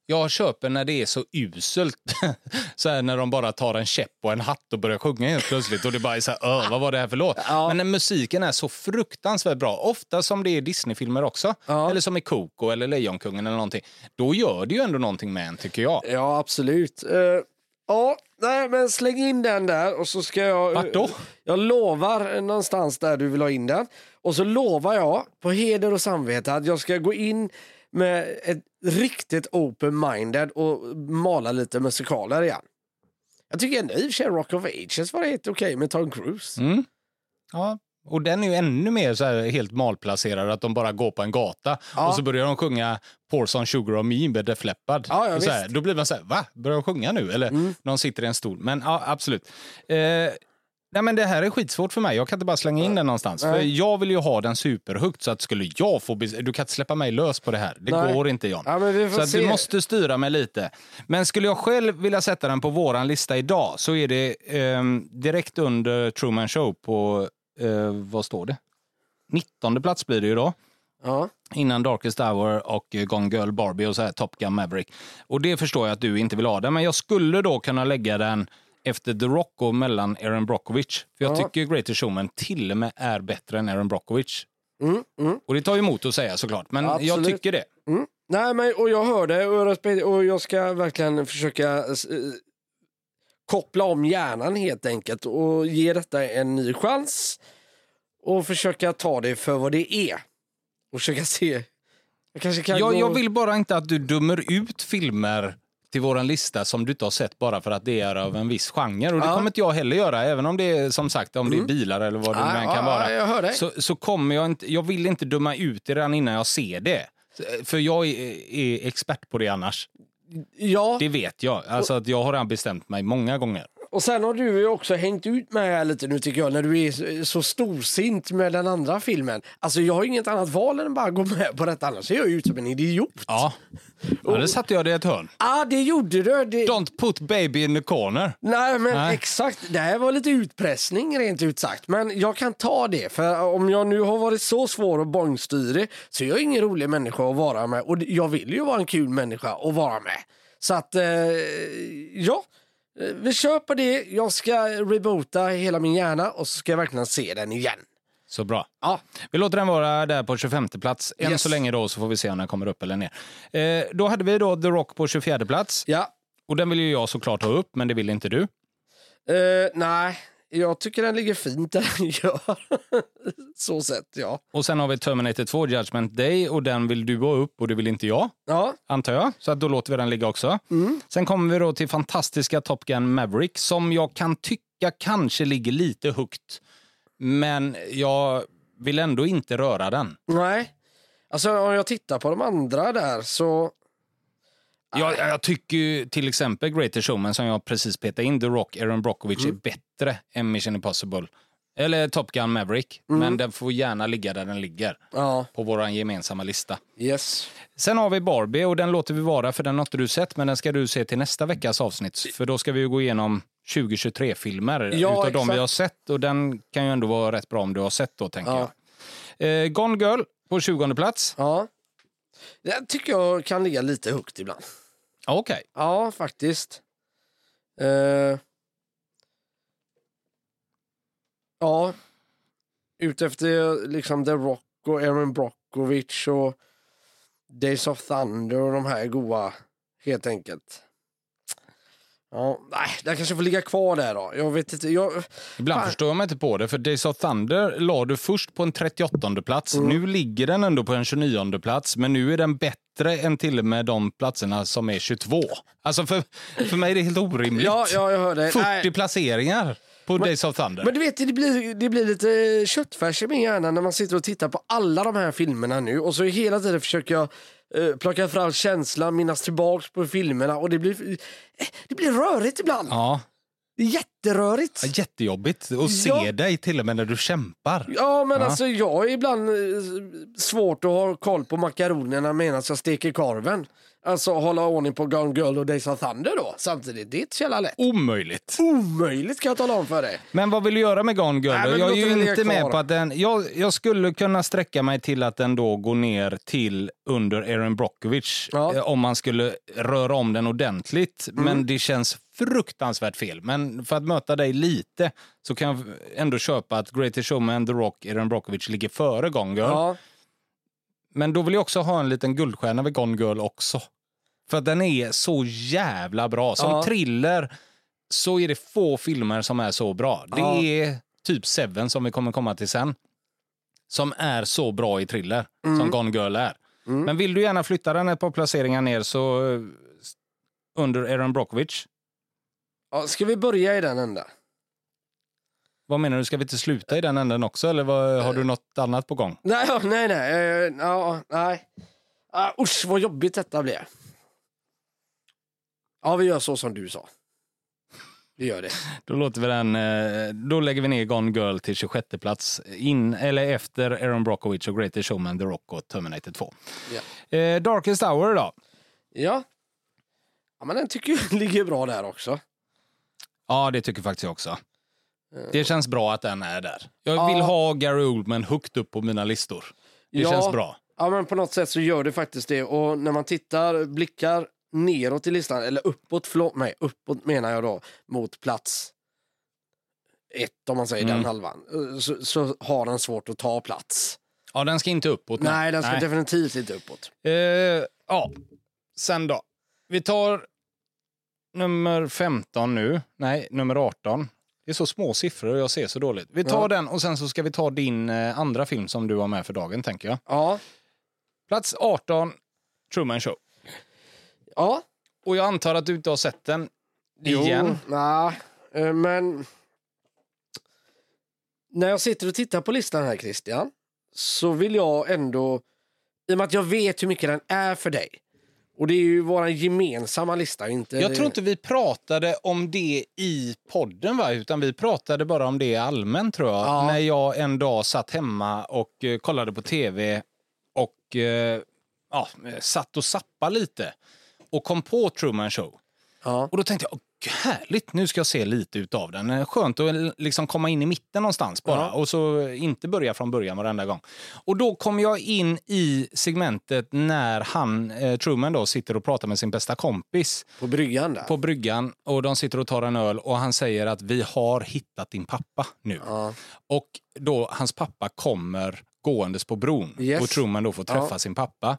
Jag köper när det är så uselt. Så här när de bara tar en käpp och en hatt och börjar sjunga helt plötsligt. Och det bara är så här, Åh, vad var det här för låt? Ja. Men när musiken är så fruktansvärt bra, ofta som det är Disney-filmer också. Ja. Eller som i Coco eller Lejonkungen eller någonting. Då gör det ju ändå någonting med en, tycker jag. Ja, absolut. Uh, ja, nej, men släng in den där och så ska jag... Vart då? Jag lovar någonstans där du vill ha in den. Och så lovar jag på heder och samvete att jag ska gå in med ett riktigt open-minded och mala lite musikaler igen. Jag tycker ändå i och för sig Rock of Ages var helt okej okay med Tom Cruise. Mm. Ja, och den är ju ännu mer så här helt malplacerad att de bara går på en gata ja. Och så börjar de sjunga Pour Some Sugar On Me med Def Leppard. Ja, ja, så här, då blir man så här, va? Börjar de sjunga nu? Eller mm. någon sitter i en stol. Men ja, absolut. Eh, nej, men det här är skitsvårt för mig. Jag kan inte bara slänga in mm. den någonstans. Nej. För jag vill ju ha den superhögt så att skulle jag få... Bes- du kan inte släppa mig lös på det här. Det nej. går inte, John. Ja, men vi får så att se. du måste styra mig lite. Men skulle jag själv vilja sätta den på våran lista idag så är det eh, direkt under Truman Show på... Eh, vad står det? nittonde plats blir det ju då. Ja. Innan Darkest Hour och Gone Girl, Barbie och så här Top Gun Maverick. Och det förstår jag att du inte vill ha den. Men jag skulle då kunna lägga den efter The Rock och mellan Aaron Brockovich. För jag ja. tycker Greatest Showman till och med är bättre än Aaron Brockovich. Mm, mm. Och det tar ju emot att säga såklart. Men absolut. Jag tycker det. Mm. Nej, men och jag hör det och, och jag ska verkligen försöka eh, koppla om hjärnan helt enkelt och ge detta en ny chans och försöka ta det för vad det är. Och försöka se. Jag, kanske kan jag, gå... jag vill bara inte att du dömer ut filmer till våran lista som du inte har sett bara för att det är av en viss genre. Och det ja. kommer inte jag heller göra, även om det är som sagt om det är bilar eller vad det ja, än kan ja, vara. Jag hör dig. Så, så kommer jag inte, jag vill inte döma ut det redan innan jag ser det. För jag är, är expert på det annars. Ja. Det vet jag. Alltså att jag har redan bestämt mig många gånger. Och sen har du ju också hängt ut med här lite nu tycker jag, när du är så storsint med den andra filmen. Alltså jag har inget annat val än att bara gå med på detta, annars är jag ut som en idiot. Ja, ja det satte jag det i ett hörn. Ja, ah, det gjorde du. Det... Don't put baby in the corner. Nej, men Nej. exakt. Det här var lite utpressning rent ut sagt. Men jag kan ta det, för om jag nu har varit så svår och bångstyrig så är jag ingen rolig människa att vara med. Och jag vill ju vara en kul människa att vara med. Så att, eh, ja... Vi kör på det. Jag ska reboota hela min hjärna och så ska jag verkligen se den igen. Så bra. Ja. Vi låter den vara där på tjugofemte plats. Än yes. så länge då, så får vi se om den kommer upp eller ner. Eh, då hade vi då The Rock på tjugofjärde plats. Ja. Och den vill ju jag såklart ha upp, men det vill inte du. Eh, nej, jag tycker den ligger fint där den gör. Så sett, ja. Och sen har vi Terminator två, Judgment Day. Och den vill du ha upp och det vill inte jag. Ja. Antar jag. Så att då låter vi den ligga också. Mm. Sen kommer vi då till fantastiska Top Gun Maverick. Som jag kan tycka kanske ligger lite högt. Men jag vill ändå inte röra den. Nej. Alltså om jag tittar på de andra där så... Jag, jag tycker ju till exempel Greatest Showman som jag precis petade in, The Rock, Aaron Brockovich mm. är bättre än Mission Impossible. Eller Top Gun Maverick. Mm. Men den får gärna ligga där den ligger. Ja. På vår gemensamma lista. Yes. Sen har vi Barbie och den låter vi vara för den har inte du sett. Men den ska du se till nästa veckas avsnitt. För då ska vi ju gå igenom tjugo tjugotre-filmer ja, utav exakt. de vi har sett. Och den kan ju ändå vara rätt bra om du har sett då, tänker ja. jag. Eh, Gone Girl på tjugonde plats. Ja. Den tycker jag kan ligga lite högt ibland. Okej. Okay. Ja, faktiskt. Uh, ja. Utefter liksom The Rock och Aaron Brockovich och Days of Thunder och de här goa, helt enkelt. Ja, nej, den kanske får ligga kvar där då. Jag vet inte. Jag... Ibland fan. förstår jag mig inte på det. För Days of Thunder la du först på en trettioåttonde plats. Mm. Nu ligger den ändå på en tjugonionde plats. Men nu är den bättre än till och med de platserna som är tjugotvå. Alltså för, för mig är det helt orimligt. Ja, ja jag hör det. fyrtio nej. placeringar på men, Days of Thunder. Men du vet, det blir, det blir lite köttfärs i min hjärna när man sitter och tittar på alla de här filmerna nu. Och så hela tiden försöker jag Uh, plocka fram känslan, minnas tillbaks på filmerna och det blir, uh, det blir rörigt ibland. Ja. Det är jätterörigt. Ja, jättejobbigt att se Ja. dig till och med när du kämpar. Ja, men Ja. alltså jag har ibland eh, svårt att ha koll på makaronerna medan jag steker korven. Alltså hålla ordning på Gone Girl och Days of Thunder då samtidigt. Det är inte så jävla lätt. Omöjligt. Omöjligt kan jag tala om för dig. Men vad vill du göra med Gone Girl? Nej, men jag är låt ju den ligga inte med kvar. på att den... Jag, jag skulle kunna sträcka mig till att den då går ner till under Erin Brockovich. Ja. eh, Om man skulle röra om den ordentligt. Mm. Men det känns fruktansvärt fel. Men för att möta dig lite så kan jag ändå köpa att Greatest Showman, The Rock, Erin Brockovich ligger före Gone Girl. Ja. Men då vill jag också ha en liten guldstjärna vid Gone Girl också. För att den är så jävla bra. Som Ja. thriller så är det få filmer som är så bra. Det Ja. är typ Seven som vi kommer komma till sen. Som är så bra i thriller Mm. som Gone Girl är. Mm. Men vill du gärna flytta den ett par placeringar ner så eh, under Erin Brockovich. Ja, ska vi börja i den ända? Vad menar du? Ska vi inte sluta i den änden också? Eller vad, har du något annat på gång? Nej, ja, nej, nej. eh, Ja, nej. Ah, usch, vad jobbigt detta blir. Ja, vi gör så som du sa. Vi gör det. Då låter vi den, eh, då lägger vi ner Gone Girl till tjugosjätte plats in eller efter Erin Brockovich och Greatest Showman, The Rock och Terminator två. Ja. Eh, Darkest Hour då? Ja. Ja, men den tycker jag ligger bra där också. Ja, det tycker faktiskt jag också. Det känns bra att den är där. Jag Ja. vill ha Gary Oldman högt upp på mina listor. Det Ja. känns bra. Ja, men på något sätt så gör det faktiskt det. Och när man tittar, blickar neråt i listan, eller uppåt, förlåt mig, uppåt menar jag då, mot plats ett, om man säger Mm. den halvan, så, så har den svårt att ta plats. Ja, den ska inte uppåt. Nej, den ska definitivt inte uppåt. Eh, ja, sen då. Vi tar nummer femton nu. Nej, nummer arton. Det är så små siffror och jag ser så dåligt. Vi tar Ja. den och sen så ska vi ta din eh, andra film som du har med för dagen, tänker jag. Ja. Plats arton, Truman Show. Ja. Och jag antar att du inte har sett den igen. Jo, nej, eh, men när jag sitter och tittar på listan här, Christian, så vill jag ändå, i och med att jag vet hur mycket den är för dig, och det är ju vår gemensamma lista, inte... Jag tror inte vi pratade om det i podden, va? Utan vi pratade bara om det allmänt, tror jag. Ja. När jag en dag satt hemma och eh, kollade på tv och eh, ja, satt och sappa lite och kom på Truman Show. Ja. Och då tänkte jag, åh, härligt, nu ska jag se lite utav den. Skönt att liksom komma in i mitten någonstans bara. Ja. Och så inte börja från början varenda gång. Och då kom jag in i segmentet när han, eh, Truman då, sitter och pratar med sin bästa kompis På bryggan där. på bryggan. Och de sitter och tar en öl och han säger att vi har hittat din pappa nu. Ja. Och då hans pappa kommer gåendes på bron. Yes. Och Truman då får träffa Ja. sin pappa.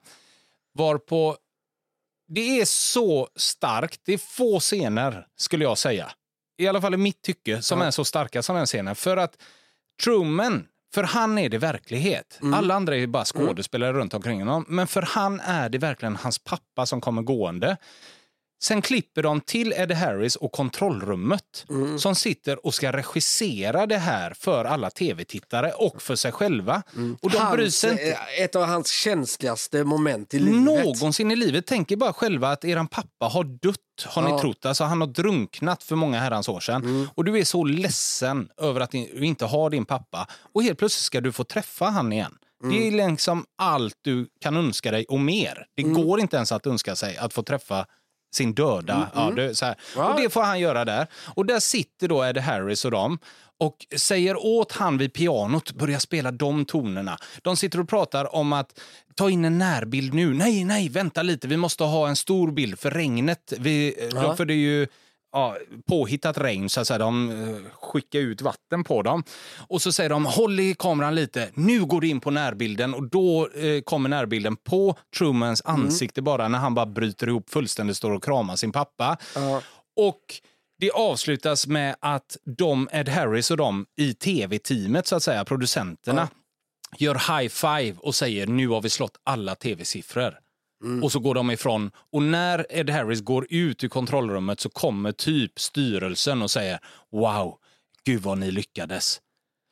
Varpå det är så starkt. Det är få scener, skulle jag säga. I alla fall i mitt tycke, som Ja. är så starka som den scenen. För att Truman, för han är det verklighet. Mm. Alla andra är bara skådespelare runt omkring honom. Men för han är det verkligen hans pappa som kommer gående. Sen klipper de till Ed Harris och kontrollrummet Mm. som sitter och ska regissera det här för alla tv-tittare och för sig själva. Och de bryr Hans, sig inte. eh, ett av hans känsligaste moment i livet. Någonsin i livet. Tänker bara själva att eran pappa har dött, har Ja. ni trott. Alltså han har drunknat för många herrans år sedan. Mm. Och du är så ledsen över att du inte har din pappa. Och helt plötsligt ska du få träffa han igen. Mm. Det är liksom allt du kan önska dig och mer. Det Mm. går inte ens att önska sig att få träffa sin döda. Ja, det, så här. Ja. Och det får han göra där. Och där sitter då Ed Harris och dem och säger åt han vid pianot börja spela de tonerna. De sitter och pratar om att ta in en närbild nu. Nej, nej, vänta lite. Vi måste ha en stor bild för regnet. Vi, Ja. För det är ju ja, påhittat regn, så att säga. De uh, skickar ut vatten på dem. Och så säger de, håll i kameran lite. Nu går det in på närbilden. Och då uh, kommer närbilden på Trumans ansikte bara när han bara bryter ihop fullständigt, står och kramar sin pappa. Ja. Och det avslutas med att de, Ed Harris och de i tv-teamet, så att säga, producenterna, gör high five och säger nu har vi slått alla tv-siffror. Mm. Och så går de ifrån. Och när Ed Harris går ut i kontrollrummet så kommer typ styrelsen och säger wow, gud vad ni lyckades.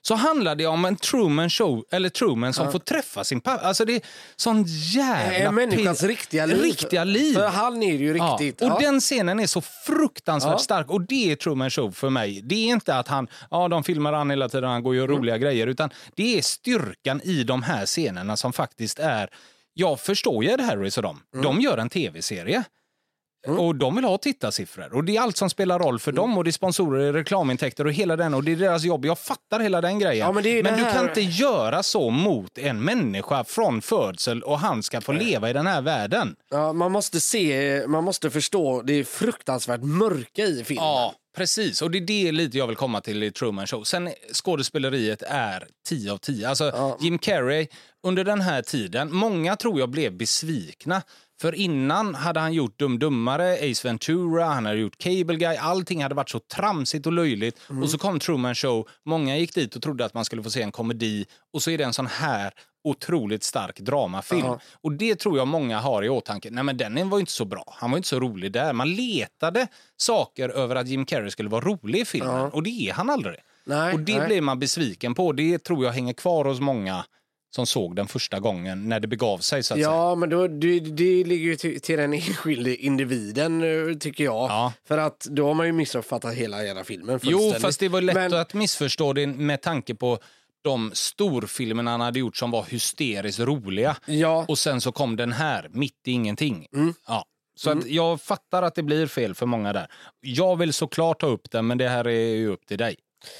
så handlar det om en Truman Show, eller Truman som ja. får träffa sin pappa. Alltså det är sån jävla... En människans pe- riktiga liv. Riktiga liv. För han är ju riktigt. Ja. Och ja. den scenen är så fruktansvärt ja. stark. Och det är Truman Show för mig. Det är inte att han, ja de filmar han hela tiden, han går och gör mm. roliga grejer. Utan det är styrkan i de här scenerna som faktiskt är... Jag förstår ju Ed Harris och dem. Mm. De gör en tv-serie. Mm. Och de vill ha tittarsiffror. Och det är allt som spelar roll för mm. dem. Och det är sponsorer, reklamintäkter och hela den. Och det är deras jobb. Jag fattar hela den grejen. Ja, men men du här... kan inte göra så mot en människa från födsel. Och han ska få leva i den här världen. Ja, man måste se, man måste förstå det är fruktansvärt mörka i filmen. Ja, precis. Och det är det lite jag vill komma till i Truman Show. Sen skådespeleriet är tio av tio. Alltså ja. Jim Carrey under den här tiden. Många tror jag blev besvikna. För innan hade han gjort Dum Dummare, Ace Ventura, han hade gjort Cable Guy. Allting hade varit så tramsigt och löjligt. Mm. Och så kom Truman Show. Många gick dit och trodde att man skulle få se en komedi. Och så är det en sån här otroligt stark dramafilm. Uh-huh. Och det tror jag många har i åtanke. Nej, men den var ju inte så bra. Han var inte så rolig där. Man letade saker över att Jim Carrey skulle vara rolig i filmen. Uh-huh. Och det är han aldrig. Nej, och det nej. blir man besviken på. Det tror jag hänger kvar hos många som såg den första gången när det begav sig så att ja, säga. Men då, det, det ligger ju till, till den enskilde individen tycker jag. Ja. För att då har man ju missuppfattat hela hela filmen. Jo, fast det var lätt men... att missförstå det med tanke på de storfilmerna han hade gjort som var hysteriskt roliga. Ja. Och sen så kom den här, mitt i ingenting. Mm. Ja. Så mm. att jag fattar att det blir fel för många där. Jag vill såklart ta upp den, men det här är ju upp till dig.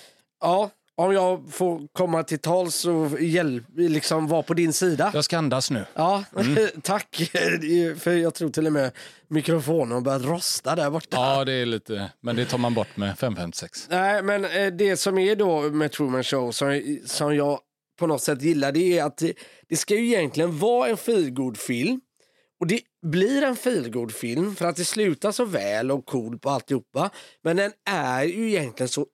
Ja. Om jag får komma till tals och hjälp, liksom vara på din sida. Jag ska andas nu. Ja, mm. tack. För jag tror till och med mikrofonen börjar rosta där borta. Ja, det är lite, men det tar man bort med fem fem sex. Nej, men det som är då med Truman Show som, som jag på något sätt gillar, det är att det, det ska ju egentligen vara en feelgood-film. Och det blir en feelgood-film för att det slutar så väl och cool på alltihopa. Men den är ju egentligen så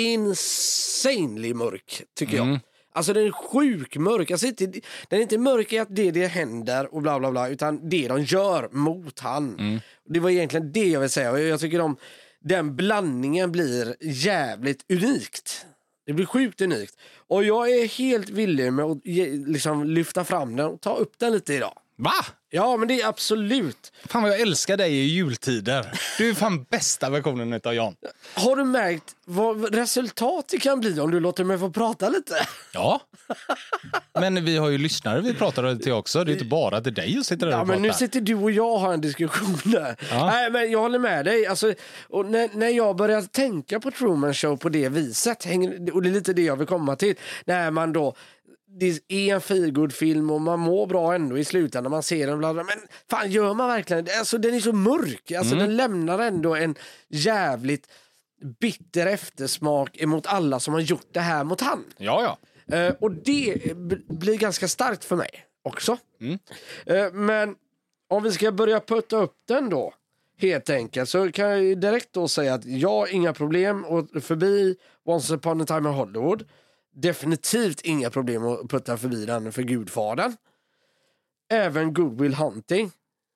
insanely mörk, tycker mm. jag. Alltså den är sjuk mörk. Alltså, inte, den är inte mörk i att det, det händer och bla bla bla, utan det de gör mot han. Mm. Det var egentligen det jag vill säga. Jag tycker de, den blandningen blir jävligt unikt. Det blir sjukt unikt. Och jag är helt villig med att liksom lyfta fram den och ta upp den lite idag. Va? Ja, men det är absolut. Fan vad jag älskar dig i jultider. Du är fan bästa versionen utav Jan. Har du märkt vad resultatet kan bli om du låter mig få prata lite? Ja. Men vi har ju lyssnare vi pratar till också. Det är inte bara till dig att sitta där och ja, prata. Men nu sitter du och jag och har en diskussion där. Ja. Nej, men jag håller med dig. Alltså, och när, när jag börjar tänka på Truman Show på det viset, och det är lite det jag vill komma till, när man då det är en feelgood-film och man mår bra ändå i slutändan när man ser den. Bla bla. Men fan, gör man verkligen? Alltså, den är så mörk. Alltså, mm. Den lämnar ändå en jävligt bitter eftersmak emot alla som har gjort det här mot han. Ja, ja. Uh, och det b- blir ganska starkt för mig också. Mm. Uh, men om vi ska börja putta upp den då, helt enkelt, så kan jag direkt då säga att jag har inga problem att förbi Once upon a time in Hollywood. Definitivt inga problem att putta förbi den för Gudfadern. Även Good Will Hunting.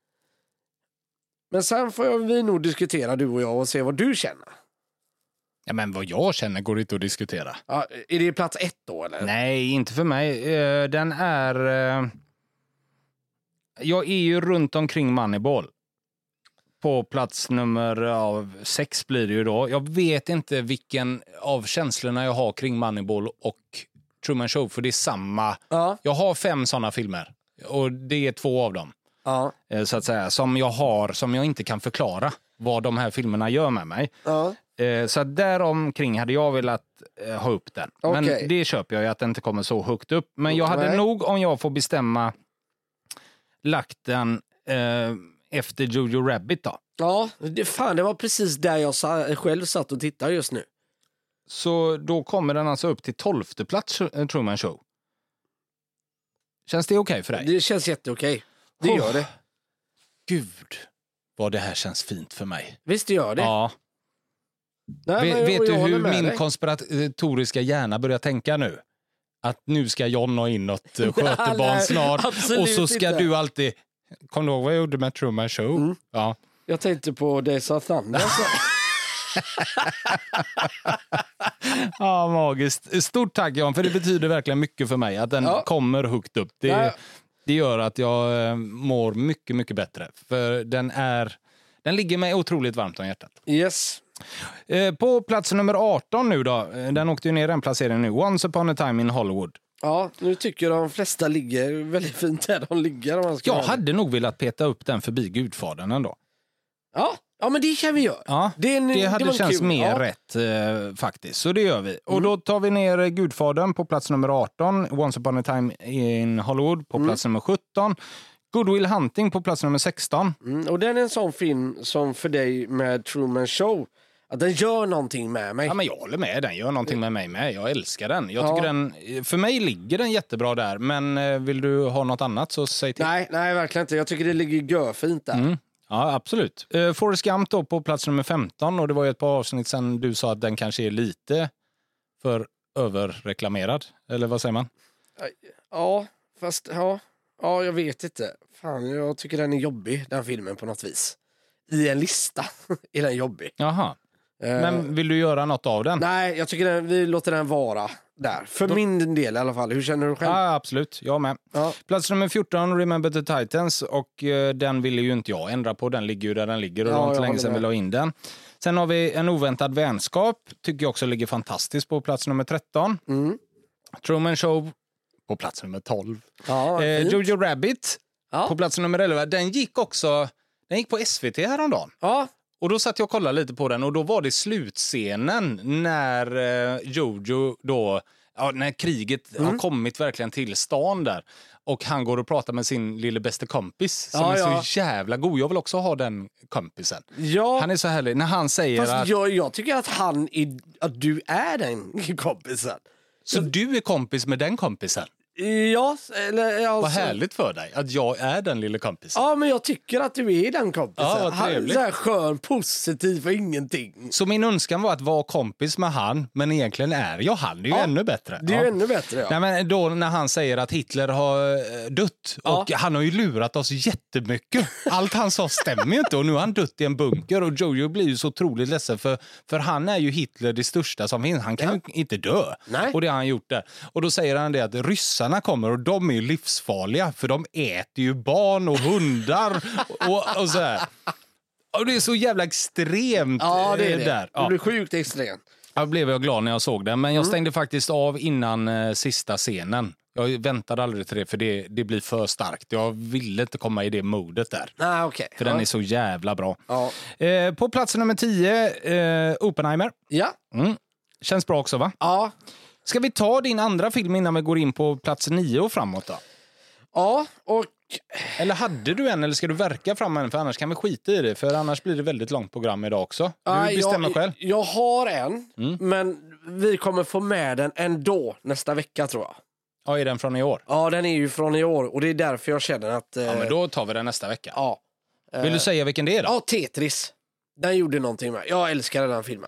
Men sen får vi nog diskutera, du och jag, och se vad du känner. Ja, men vad jag känner går inte att diskutera. Ja, är det plats ett då, eller? Nej, inte för mig. Den är... Jag är ju runt omkring Moneyball. På plats nummer av sex blir det ju då. Jag vet inte vilken av känslorna jag har kring Moneyball och Truman Show, för det är samma. Ja. Jag har fem sådana filmer och det är två av dem. Ja. Så att säga, som jag har, som jag inte kan förklara vad de här filmerna gör med mig. Ja. Så att däromkring hade jag velat ha upp den. Okay. Men det köper jag ju att den inte kommer så högt upp. Men jag hade Nej. nog, om jag får bestämma, lagt den eh, efter Jojo Rabbit då. Ja, det, fan, det var precis där jag sa, själv satt och tittade just nu. Så då kommer den alltså upp till tolfte plats, Truman Show. Känns det okej okay för dig? Det känns jätteokej. Det oh. gör det. Gud, vad det här känns fint för mig. Visst det gör det. Ja. Nej, vet vet du hur min dig. konspiratoriska hjärna börjar tänka nu? Att nu ska John ha in något skötebarn snart. Och så ska inte. Du alltid... Kommer du ihåg vad jag gjorde med Truman Show? Mm. Ja. Jag tänkte på Days of Thunder. Ja, magiskt. Stort tack Jan, för det betyder verkligen mycket för mig att den ja. kommer högt upp. Det, ja. det gör att jag mår mycket, mycket bättre. För den är, den ligger mig otroligt varmt om hjärtat. Yes. På plats nummer arton nu då, den åkte ju ner en placering nu. Once upon a time in Hollywood. Ja, nu tycker jag de flesta ligger väldigt fint där de ligger. Om man ska jag hade nog velat peta upp den förbi Gudfadern ändå. Ja, ja men det kan vi göra. Ja, det, en, det hade det känts kul. mer ja. rätt eh, faktiskt. Så det gör vi. Mm. Och då tar vi ner Gudfadern på plats nummer arton. Once upon a time in Hollywood på mm. plats nummer sjutton. Good Will Hunting på plats nummer sexton. Mm, och den är en sån film som för dig med Truman Show. Att den gör någonting med mig. Ja, men jag håller med. Den gör någonting med mig med. Jag älskar den. Jag tycker ja. den. För mig ligger den jättebra där. Men vill du ha något annat så säg till. Nej, nej verkligen inte. Jag tycker det ligger görfint där. Mm. Ja, absolut. Uh, Forrest Gump då på plats nummer femton. Och det var ju ett par avsnitt sen du sa att den kanske är lite för överreklamerad. Eller vad säger man? Ja, fast ja, ja jag vet inte. Fan, jag tycker den är jobbig, den filmen på något vis. I en lista är den jobbig. Jaha. Men vill du göra något av den? Nej, jag tycker den, vi låter den vara där. För Då... min del i alla fall. Hur känner du själv? Ja, absolut. Jag med. Ja. Plats nummer fjorton, Remember the Titans. Och uh, den ville ju inte jag ändra på. Den ligger ju där den ligger. Och ja, det var inte länge sedan vi la in den. Sen har vi En oväntad vänskap. Tycker jag också ligger fantastiskt på plats nummer tretton. Mm. Truman Show på plats nummer tolv. Ja, eh, Jojo Rabbit ja. på plats nummer elva. Den gick också... Den gick på S V T häromdagen. Ja. Och då satt jag och kollade lite på den och då var det slutscenen när eh, Jojo då, ja, när kriget mm. har kommit verkligen till stan där. Och han går och pratar med sin lille bästa kompis som ja, är ja. så jävla god. Jag vill också ha den kompisen. Ja. Han är så härlig. När han säger Fast att... Jag, jag tycker att, han är, att du är den kompisen. Så jag... du är kompis med den kompisen? Ja, eller alltså... Vad härligt för dig att jag är den lilla kompisen. Ja, men jag tycker att du är den kompisen. Ja, vad trevligt. Han är skön, positiv och ingenting. Så min önskan var att vara kompis med han, men egentligen är jag han. Det är ju ja, ännu bättre. Det är ja. ju ännu bättre, ja. Nej, men då när han säger att Hitler har dött ja. och han har ju lurat oss jättemycket. Allt han sa stämmer ju inte och nu har han dött i en bunker och Jojo blir ju så otroligt ledsen för, för han är ju Hitler det största som finns. Han kan ja. ju inte dö. Nej. Och det har han gjort där. Och då säger han det att ryssarna kommer och de är ju livsfarliga för de äter ju barn och hundar och, och så här. Och det är så jävla extremt. Ja, det är det. Där. Ja. Det blir sjukt extremt. Jag blev jag glad när jag såg den, men jag stängde mm. faktiskt av innan eh, sista scenen. Jag väntade aldrig till det för det, det blir för starkt. Jag ville inte komma i det modet där. Ah, okay. För ja. den är så jävla bra. Ja. Eh, på plats nummer tio, eh, Oppenheimer. Ja. Mm. Känns bra också, va? Ja. Ska vi ta din andra film innan vi går in på plats nio och framåt då? Ja, och... Eller hade du en eller ska du verka fram en? För annars kan vi skita i det. För annars blir det väldigt långt program idag också. Du ja, bestämmer jag, själv. Jag har en, mm. men vi kommer få med den ändå nästa vecka tror jag. Ja, är den från i år? Ja, den är ju från i år. Och det är därför jag känner att... Eh... Ja, men då tar vi den nästa vecka. Ja. Vill eh... du säga vilken det är då? Ja, Tetris. Den gjorde någonting med. Jag älskar den filmen.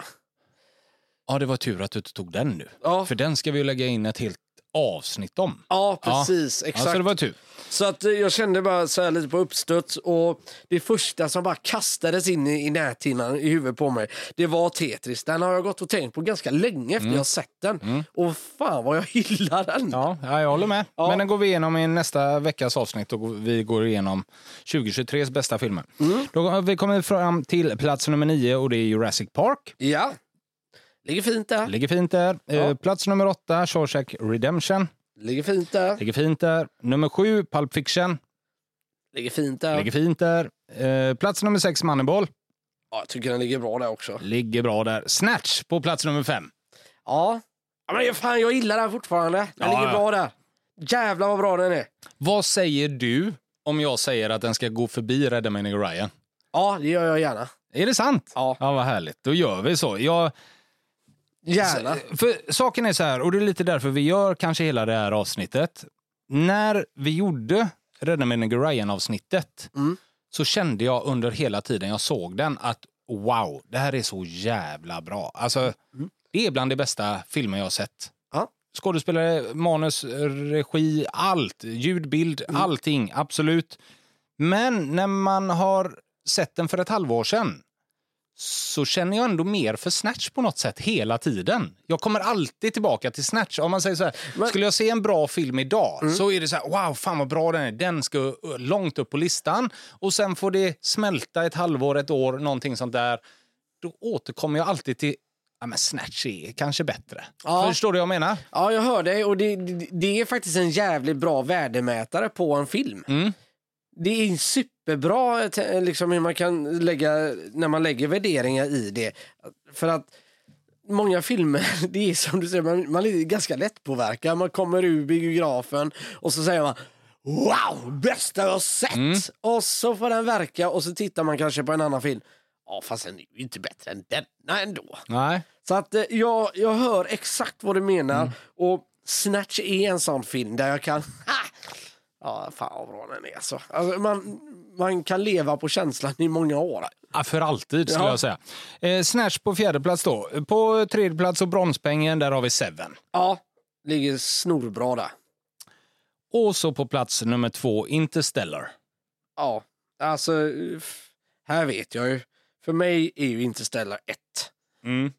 Ja, det var tur att du tog den nu. Ja. För den ska vi ju lägga in ett helt avsnitt om. Ja, precis. Ja. Exakt. Ja, så det var tur. Så att jag kände bara så här lite på uppstuds och det första som bara kastades in i, i näthinnan i huvudet på mig, det var Tetris. Den har jag gått och tänkt på ganska länge efter mm. jag sett den. Mm. Och fan vad jag gillar den. Ja, jag håller med. Ja. Men den går vi igenom i nästa veckas avsnitt och vi går igenom tjugohundratjugotres bästa filmer. Mm. Då har vi kommit fram till plats nummer nio och det är Jurassic Park. Ja. Ligger fint där. Ligger fint där. Ja. Eh, plats nummer åtta, Shawshank Redemption. Ligger fint där. Ligger fint där. Nummer sju, Pulp Fiction. Ligger fint där. Ligger fint där. Eh, plats nummer sex, Moneyball. Ja, jag tycker den ligger bra där också. Ligger bra där. Snatch på plats nummer fem. Ja. Ja men fan, jag gillar den fortfarande. Den ja, ligger bra där. Jävlar vad bra den är. Vad säger du om jag säger att den ska gå förbi Rädda mig Ryan? Ja, det gör jag gärna. Är det sant? Ja. Ja, vad härligt. Då gör vi så. Jag... Gärna. För saken är så här, och det är lite därför vi gör kanske hela det här avsnittet. När vi gjorde Rädda mig Ryan-avsnittet mm. så kände jag under hela tiden jag såg den att wow, det här är så jävla bra. Alltså, mm. det är bland de bästa filmer jag har sett. Ja. Skådespelare, manus, regi, allt. Ljudbild, mm. allting, absolut. Men när man har sett den för ett halvår sedan så känner jag ändå mer för Snatch på något sätt hela tiden. Jag kommer alltid tillbaka till Snatch. Om man säger så här, men... skulle jag se en bra film idag mm. så är det så här, wow, fan vad bra den är. Den ska långt upp på listan. Och sen får det smälta ett halvår, ett år, någonting sånt där. Då återkommer jag alltid till, ja men Snatch är kanske bättre. Ja. Förstår du vad jag menar? Ja, jag hör dig. Och det, det, det är faktiskt en jävligt bra värdemätare på en film. Mm. Det är superbra liksom, hur man kan lägga, när man lägger värderingar i det. För att många filmer, det är som du säger, man, man är ganska lättpåverkad. Man kommer ur biografen och så säger man, wow, bästa jag har sett. Mm. Och så får den verka och så tittar man kanske på en annan film. Ja, fast den är ju inte bättre än denna ändå. Nej. Så att eh, jag, jag hör exakt vad du menar. Mm. Och Snatch är en sån film där jag kan... Ha! Ja, fan vad bra den är. Så. Alltså, man, man kan leva på känslan i många år. Ja, för alltid skulle ja. jag säga. Eh, Snatch på fjärde plats då. På tredje plats och bronspengen, där har vi Seven. Ja, ligger snorbra där. Och så på plats nummer två, Interstellar. Ja, alltså här vet jag ju. För mig är ju Interstellar ett. Mm.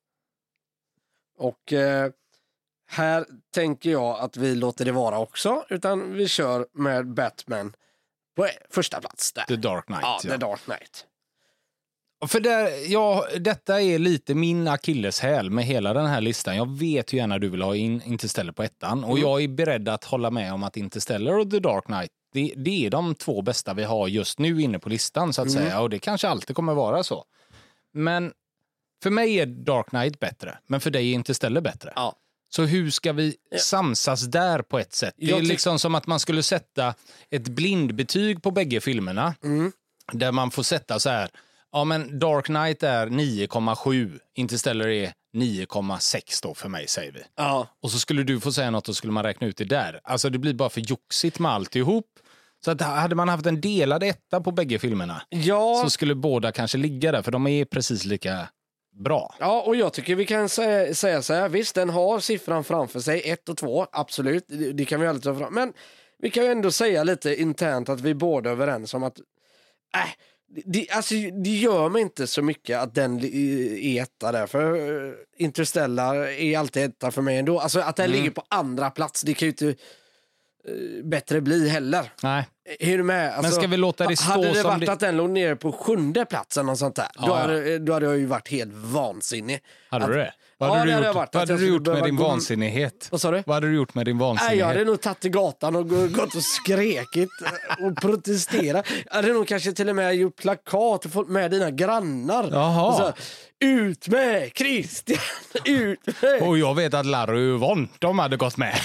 Och... Eh, här tänker jag att vi låter det vara också, utan vi kör med Batman på första plats där. The Dark Knight. Ja, ja. The Dark Knight. För där, ja, detta är lite min akilleshäl med hela den här listan. Jag vet hur gärna du vill ha in Interstellar på ettan. Mm. Och jag är beredd att hålla med om att Interstellar och The Dark Knight, det, det är de två bästa vi har just nu inne på listan så att mm. säga. Och det kanske alltid kommer vara så. Men för mig är Dark Knight bättre. Men för dig är Interstellar bättre. Ja. Så hur ska vi samsas där på ett sätt? Det är liksom som att man skulle sätta ett blindbetyg på bägge filmerna. Mm. Där man får sätta så här. Ja, men Dark Knight är nio komma sju. Interstellar är nio komma sex då för mig, säger vi. Ja. Och så skulle du få säga något och skulle man räkna ut det där. Alltså det blir bara för joxigt med alltihop. Så att hade man haft en delad etta på bägge filmerna. Ja. Så skulle båda kanske ligga där. För de är precis lika... bra. Ja, och jag tycker vi kan säga, säga så här, visst den har siffran framför sig, ett och två, absolut, det, det kan vi alltid ta fram, men vi kan ju ändå säga lite internt att vi båda är överens om att äh, det, alltså, det gör mig inte så mycket att den är etta där, för uh, Interstellar är alltid etta för mig ändå, alltså att den mm. ligger på andra plats, det kan ju inte uh, bättre bli heller. Nej. Är du med? Alltså, men ska vi låta det stå hade det som varit det... att den låg ner på sjunde platsen och sånt där, ja, då, ja. hade, då hade jag ju varit helt vansinnig. Hade att, du det? Vad ja, hade det du hade gjort, varit, vad hade du gjort med din gå... vansinnighet? Vad sa du? Vad hade du gjort med din vansinnighet? Nej, jag hade nog tagit i gatan och gått och skrekit och protesterat. Jag hade nog kanske till och med gjort plakat och fått med dina grannar. Jaha. Och så, ut med Christian! Ut med! Och jag vet att Larry och Yvonne, de hade gått med.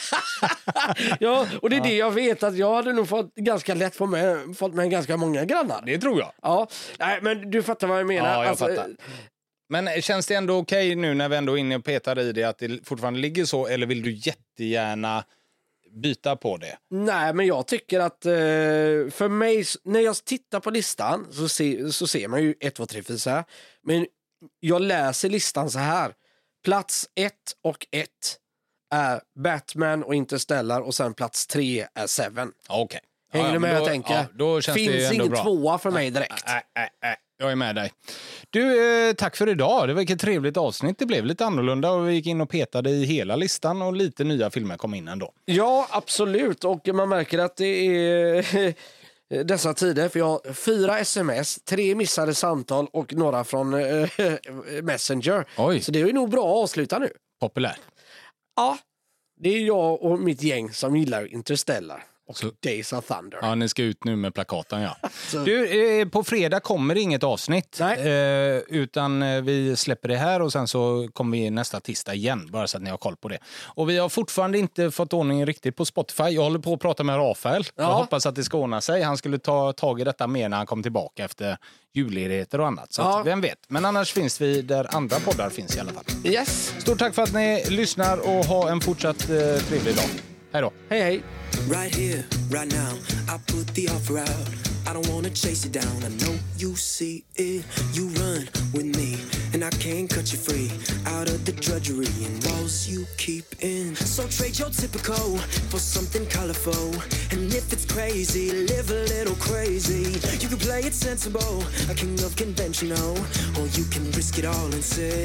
Ja, och det är det jag vet, att jag hade nog fått ganska lätt få med, fått med ganska många grannar. Det tror jag. Ja, nej, men du fattar vad jag menar. Ja, jag alltså, fattar. Men känns det ändå okej okay nu när vi ändå är inne och petar i det att det fortfarande ligger så, eller vill du jättegärna byta på det? Nej, men jag tycker att eh, för mig, när jag tittar på listan så, se, så ser man ju ett, två, tre, fyra så här. Men jag läser listan så här. Plats ett och ett är Batman och Interstellar och sen plats tre är Seven. Okej. Okay. Hänger ja, du med då, jag tänker? Ja, då känns finns det ändå ingen bra. tvåa för mig direkt. Nej, nej, nej. Jag är med dig. Du, eh, tack för idag. Det var ett trevligt avsnitt. Det blev lite annorlunda och vi gick in och petade i hela listan och lite nya filmer kom in ändå. Ja, absolut. Och man märker att det är dessa tider, för jag har fyra sms, tre missade samtal och några från äh, Messenger. Oj. Så det är nog bra att avsluta nu. Populär. Ja, det är jag och mitt gäng som gillar Interstellar. Och så, Days of Thunder. Ja, ni ska ut nu med plakaten, ja. Du, eh, på fredag kommer det inget avsnitt. Eh, utan eh, vi släpper det här och sen så kommer vi nästa tisdag igen. Bara så att ni har koll på det. Och vi har fortfarande inte fått ordning riktigt på Spotify. Jag håller på att prata med Rafael. Ja. Jag hoppas att det ska ordna sig. Han skulle ta tag i detta mer när han kom tillbaka efter julledigheter och annat. Så ja. att, vem vet. Men annars finns vi där andra poddar finns i alla fall. Yes. Stort tack för att ni lyssnar och ha en fortsatt eh, trevlig dag. Hej då. Hej, hej. Right here, right now, I put the offer out. I don't wanna chase it down. I know you see it. You run with me. and I can't cut you free out of the drudgery and walls you keep in. So trade your typical for something colorful, and if it's crazy, live a little crazy. You can play it sensible, a king of conventional, or you can risk it all and say,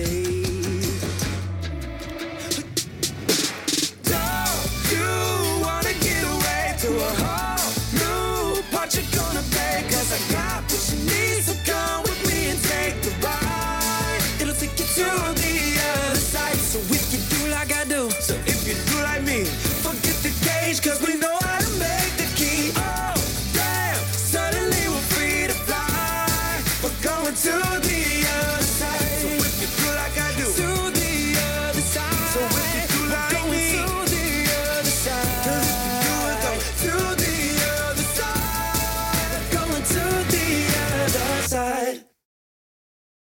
don't you wanna get away to a whole new part? You go